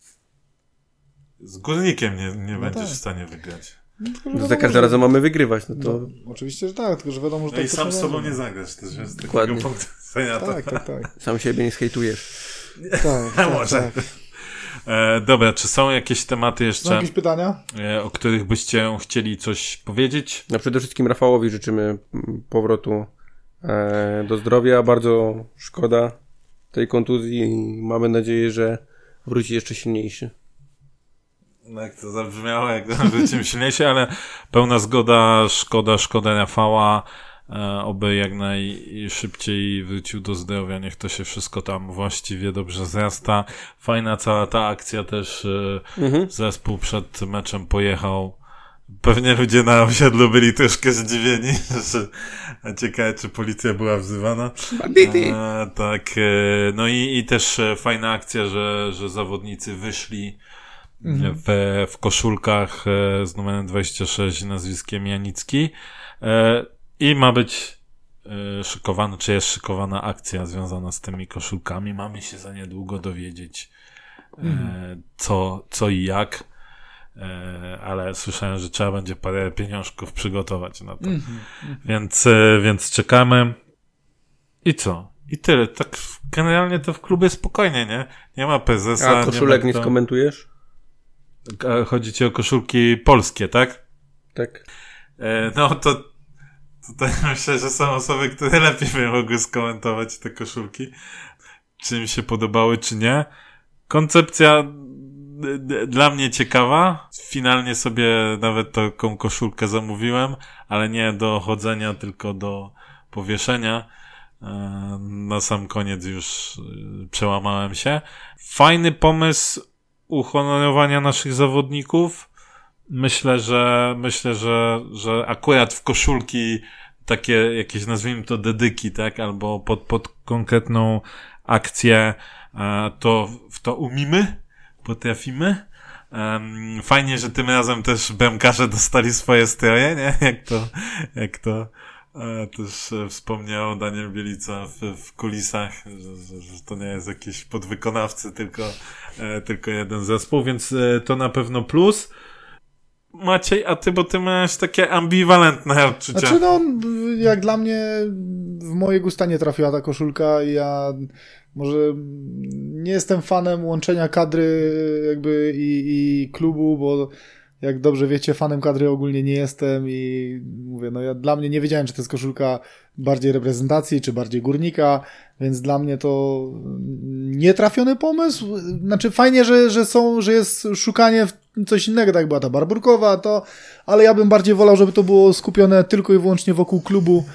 Z Górnikiem nie będziesz w stanie wygrać. Za każdym razem mamy wygrywać. Oczywiście, że tak, tylko że wiadomo, że i sam z sobą nie zagrasz też, jest dokładnie. Takiego punktu. Tak. Sam siebie nie skejtujesz. Tak. Może. Dobra, czy są jakieś tematy jeszcze? Są jakieś pytania? O których byście chcieli coś powiedzieć? No przede wszystkim Rafałowi życzymy powrotu do zdrowia. Bardzo szkoda tej kontuzji i mamy nadzieję, że wróci jeszcze silniejszy. Jak to zabrzmiało, jak wrócimy silniejszy, ale pełna zgoda, szkoda Rafała. Oby jak najszybciej wrócił do zdrowia, niech to się wszystko tam właściwie dobrze zrasta. Fajna cała ta akcja też, zespół przed meczem pojechał. Pewnie ludzie na osiedlu byli troszkę zdziwieni, że ciekawe, czy policja była wzywana. Tak, no i też fajna akcja, że zawodnicy wyszli w koszulkach z numerem 26 i nazwiskiem Janicki. I ma być szykowana, czy jest szykowana akcja związana z tymi koszulkami. Mamy się za niedługo dowiedzieć co i jak. Ale słyszałem, że trzeba będzie parę pieniążków przygotować na to. Więc czekamy. I co? I tyle. Tak generalnie to w klubie spokojnie, nie? Nie ma prezesa. A koszulek nie skomentujesz? Chodzi ci o koszulki polskie, tak? Tak. No to tutaj myślę, że są osoby, które lepiej by mogły skomentować te koszulki. Czy mi się podobały, czy nie. Koncepcja dla mnie ciekawa. Finalnie sobie nawet taką koszulkę zamówiłem, ale nie do chodzenia, tylko do powieszenia. Na sam koniec już przełamałem się. Fajny pomysł uhonorowania naszych zawodników. Myślę, że akurat w koszulki takie jakieś, nazwijmy to, dedyki, tak? Albo pod konkretną akcję to w to umimy, potrafimy. Fajnie, że tym razem też bramkarze dostali swoje stroje, nie? Jak to też wspomniał Daniel Bielica w kulisach, że to nie jest jakiś podwykonawcy, tylko jeden zespół, więc to na pewno plus. Maciej, a ty, bo ty miałeś takie ambiwalentne odczucia. Znaczy no, jak dla mnie w moje gusta nie trafiła ta koszulka i ja może nie jestem fanem łączenia kadry jakby i klubu, bo jak dobrze wiecie, fanem kadry ogólnie nie jestem i mówię, no ja dla mnie nie wiedziałem, czy to jest koszulka bardziej reprezentacji, czy bardziej Górnika, więc dla mnie to nietrafiony pomysł. Znaczy fajnie, że jest szukanie coś innego, tak była ta Barburkowa, ale ja bym bardziej wolał, żeby to było skupione tylko i wyłącznie wokół klubu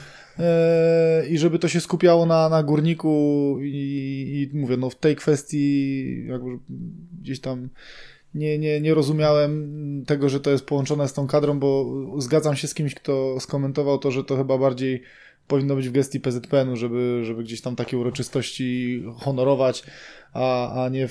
i żeby to się skupiało na Górniku i mówię, no w tej kwestii jakby gdzieś tam nie rozumiałem tego, że to jest połączone z tą kadrą, bo zgadzam się z kimś, kto skomentował to, że to chyba bardziej powinno być w gestii PZPN-u, żeby gdzieś tam takie uroczystości honorować, a nie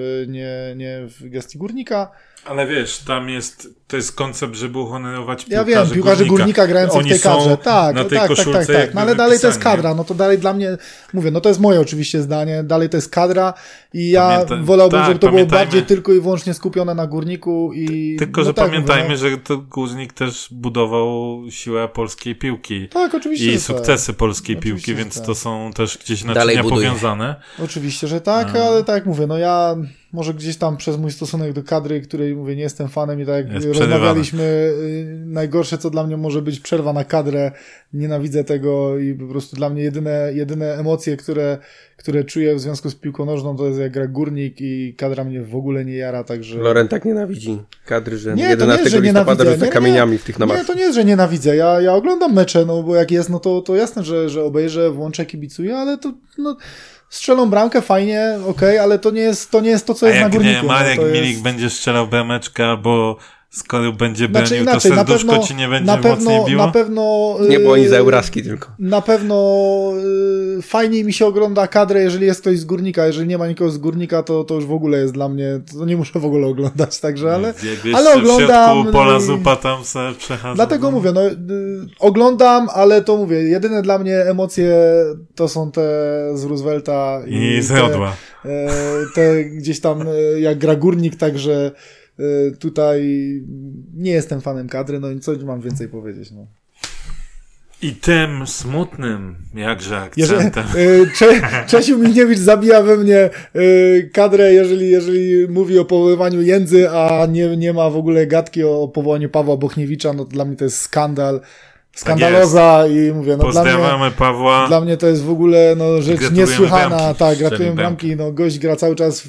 w gestii Górnika. Ale wiesz, to jest koncept, żeby uhonorować piłkarzy Górnika. Ja wiem, piłkarze Górnika grających w tej kadrze. Tak. No ale dalej to jest kadra. No to dalej dla mnie, mówię, no to jest moje oczywiście zdanie, dalej to jest kadra i ja wolałbym, żeby to było bardziej tylko i wyłącznie skupione na Górniku i... Tylko, że pamiętajmy, że to Górnik też budował siłę polskiej piłki. Tak, oczywiście. I sukcesy polskiej piłki, więc to są też gdzieś naczynia powiązane. Oczywiście, że tak, ale tak jak mówię, no ja może gdzieś tam przez mój stosunek do kadry, której mówię, nie jestem fanem i tak jak rozmawialiśmy, najgorsze co dla mnie może być przerwa na kadrę, nienawidzę tego i po prostu dla mnie jedyne emocje, które czuję w związku z piłką nożną, to jest jak gra Górnik i kadra mnie w ogóle nie jara, także... Loren tak nienawidzi kadry, że 11 listopada rzuca kamieniami w tych namaszach. Nie, to nie jest, że nienawidzę, ja oglądam mecze, no bo jak jest, no to jasne, że obejrzę, włączę, kibicuję, ale to no... Strzelą bramkę, fajnie, okej, ale to nie jest to, co jest na Górniku. Jak nie, Marek Milik będzie strzelał brameczkę, albo skoro będzie bronił, to serduszko ci nie będzie mocniej biło? Na pewno... Nie, bo oni za Euraski tylko. Na pewno fajniej mi się ogląda kadrę, jeżeli jest ktoś z Górnika. Jeżeli nie ma nikogo z Górnika, to już w ogóle jest dla mnie... To nie muszę w ogóle oglądać, także, ale oglądam... W środku pola zupa tam se przechadzam. Dlatego mówię, no oglądam, ale to mówię, jedyne dla mnie emocje to są te z Roosevelta i z Jodła. Te gdzieś tam jak gra Górnik, także tutaj nie jestem fanem kadry, no i co mam więcej powiedzieć, no. I tym smutnym, jakże akcentem. Czesiu Michniewicz zabija we mnie kadrę, jeżeli mówi o powoływaniu Jędzy, a nie ma w ogóle gadki o powołaniu Pawła Bochniewicza, no to dla mnie to jest skandal. Skandaloza tak i mówię, no pozdrawiamy Pawła. Dla mnie to jest w ogóle rzecz niesłychana. Tak, gratulujemy bramki. No, gość gra cały czas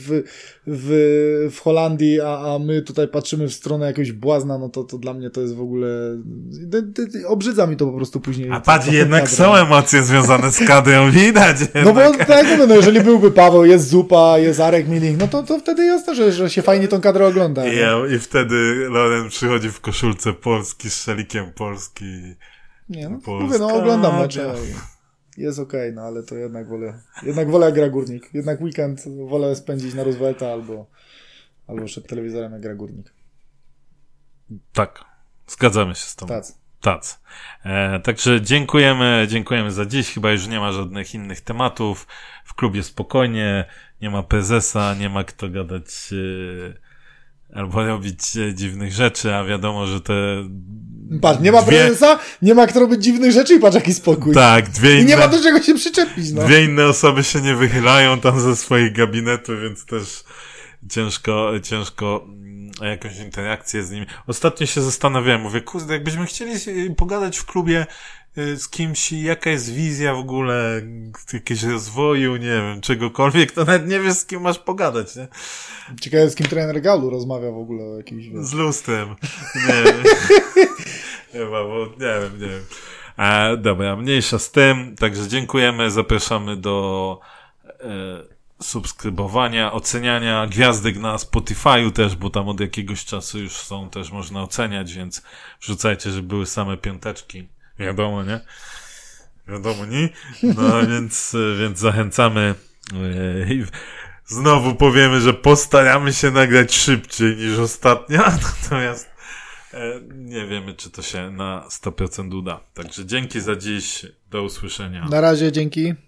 w Holandii, a my tutaj patrzymy w stronę jakiegoś błazna, no to dla mnie to jest w ogóle... Obrzydza mi to po prostu później. A patrz, jednak są emocje związane z kadrą, widać. No bo tak jak mówię, no jeżeli byłby Paweł, jest Zupa, jest Arek Milik, no to wtedy jasne, że się fajnie tą kadrę ogląda. I wtedy Loren przychodzi w koszulce Polski, z szalikiem Polski. Nie, no mówię, no oglądam mecze. Jest okej, no ale to jednak wolę jak gra Górnik. Jednak weekend wolę spędzić na Roosevelta Albo przed telewizorem, jak gra Górnik. Tak, zgadzamy się z tą. Tac. Także dziękujemy za dziś. Chyba już nie ma żadnych innych tematów. W klubie spokojnie, nie ma prezesa, nie ma kto gadać albo robić dziwnych rzeczy, a wiadomo, że te... Patrz, nie ma prezesa, nie ma kto robić dziwnych rzeczy i patrz jaki spokój. Tak, I nie ma do czego się przyczepić, no. Dwie inne osoby się nie wychylają tam ze swoich gabinetów, więc też ciężko o jakąś interakcję z nimi. Ostatnio się zastanawiałem, mówię, kurde, jakbyśmy chcieli pogadać w klubie z kimś, jaka jest wizja w ogóle jakiegoś rozwoju, nie wiem, czegokolwiek, to nawet nie wiesz, z kim masz pogadać, nie? Ciekawe, z kim trener Galu rozmawia w ogóle o jakimś... Z lustrem. Nie wiem. Chyba, bo nie wiem. Dobra, mniejsza z tym. Także dziękujemy, zapraszamy do subskrybowania, oceniania, gwiazdek na Spotify'u też, bo tam od jakiegoś czasu już są, też można oceniać, więc wrzucajcie, żeby były same piąteczki. Wiadomo, nie? Wiadomo, nie? No, więc zachęcamy. Znowu powiemy, że postaramy się nagrać szybciej niż ostatnio, natomiast nie wiemy, czy to się na 100% uda. Także dzięki za dziś, do usłyszenia. Na razie, dzięki.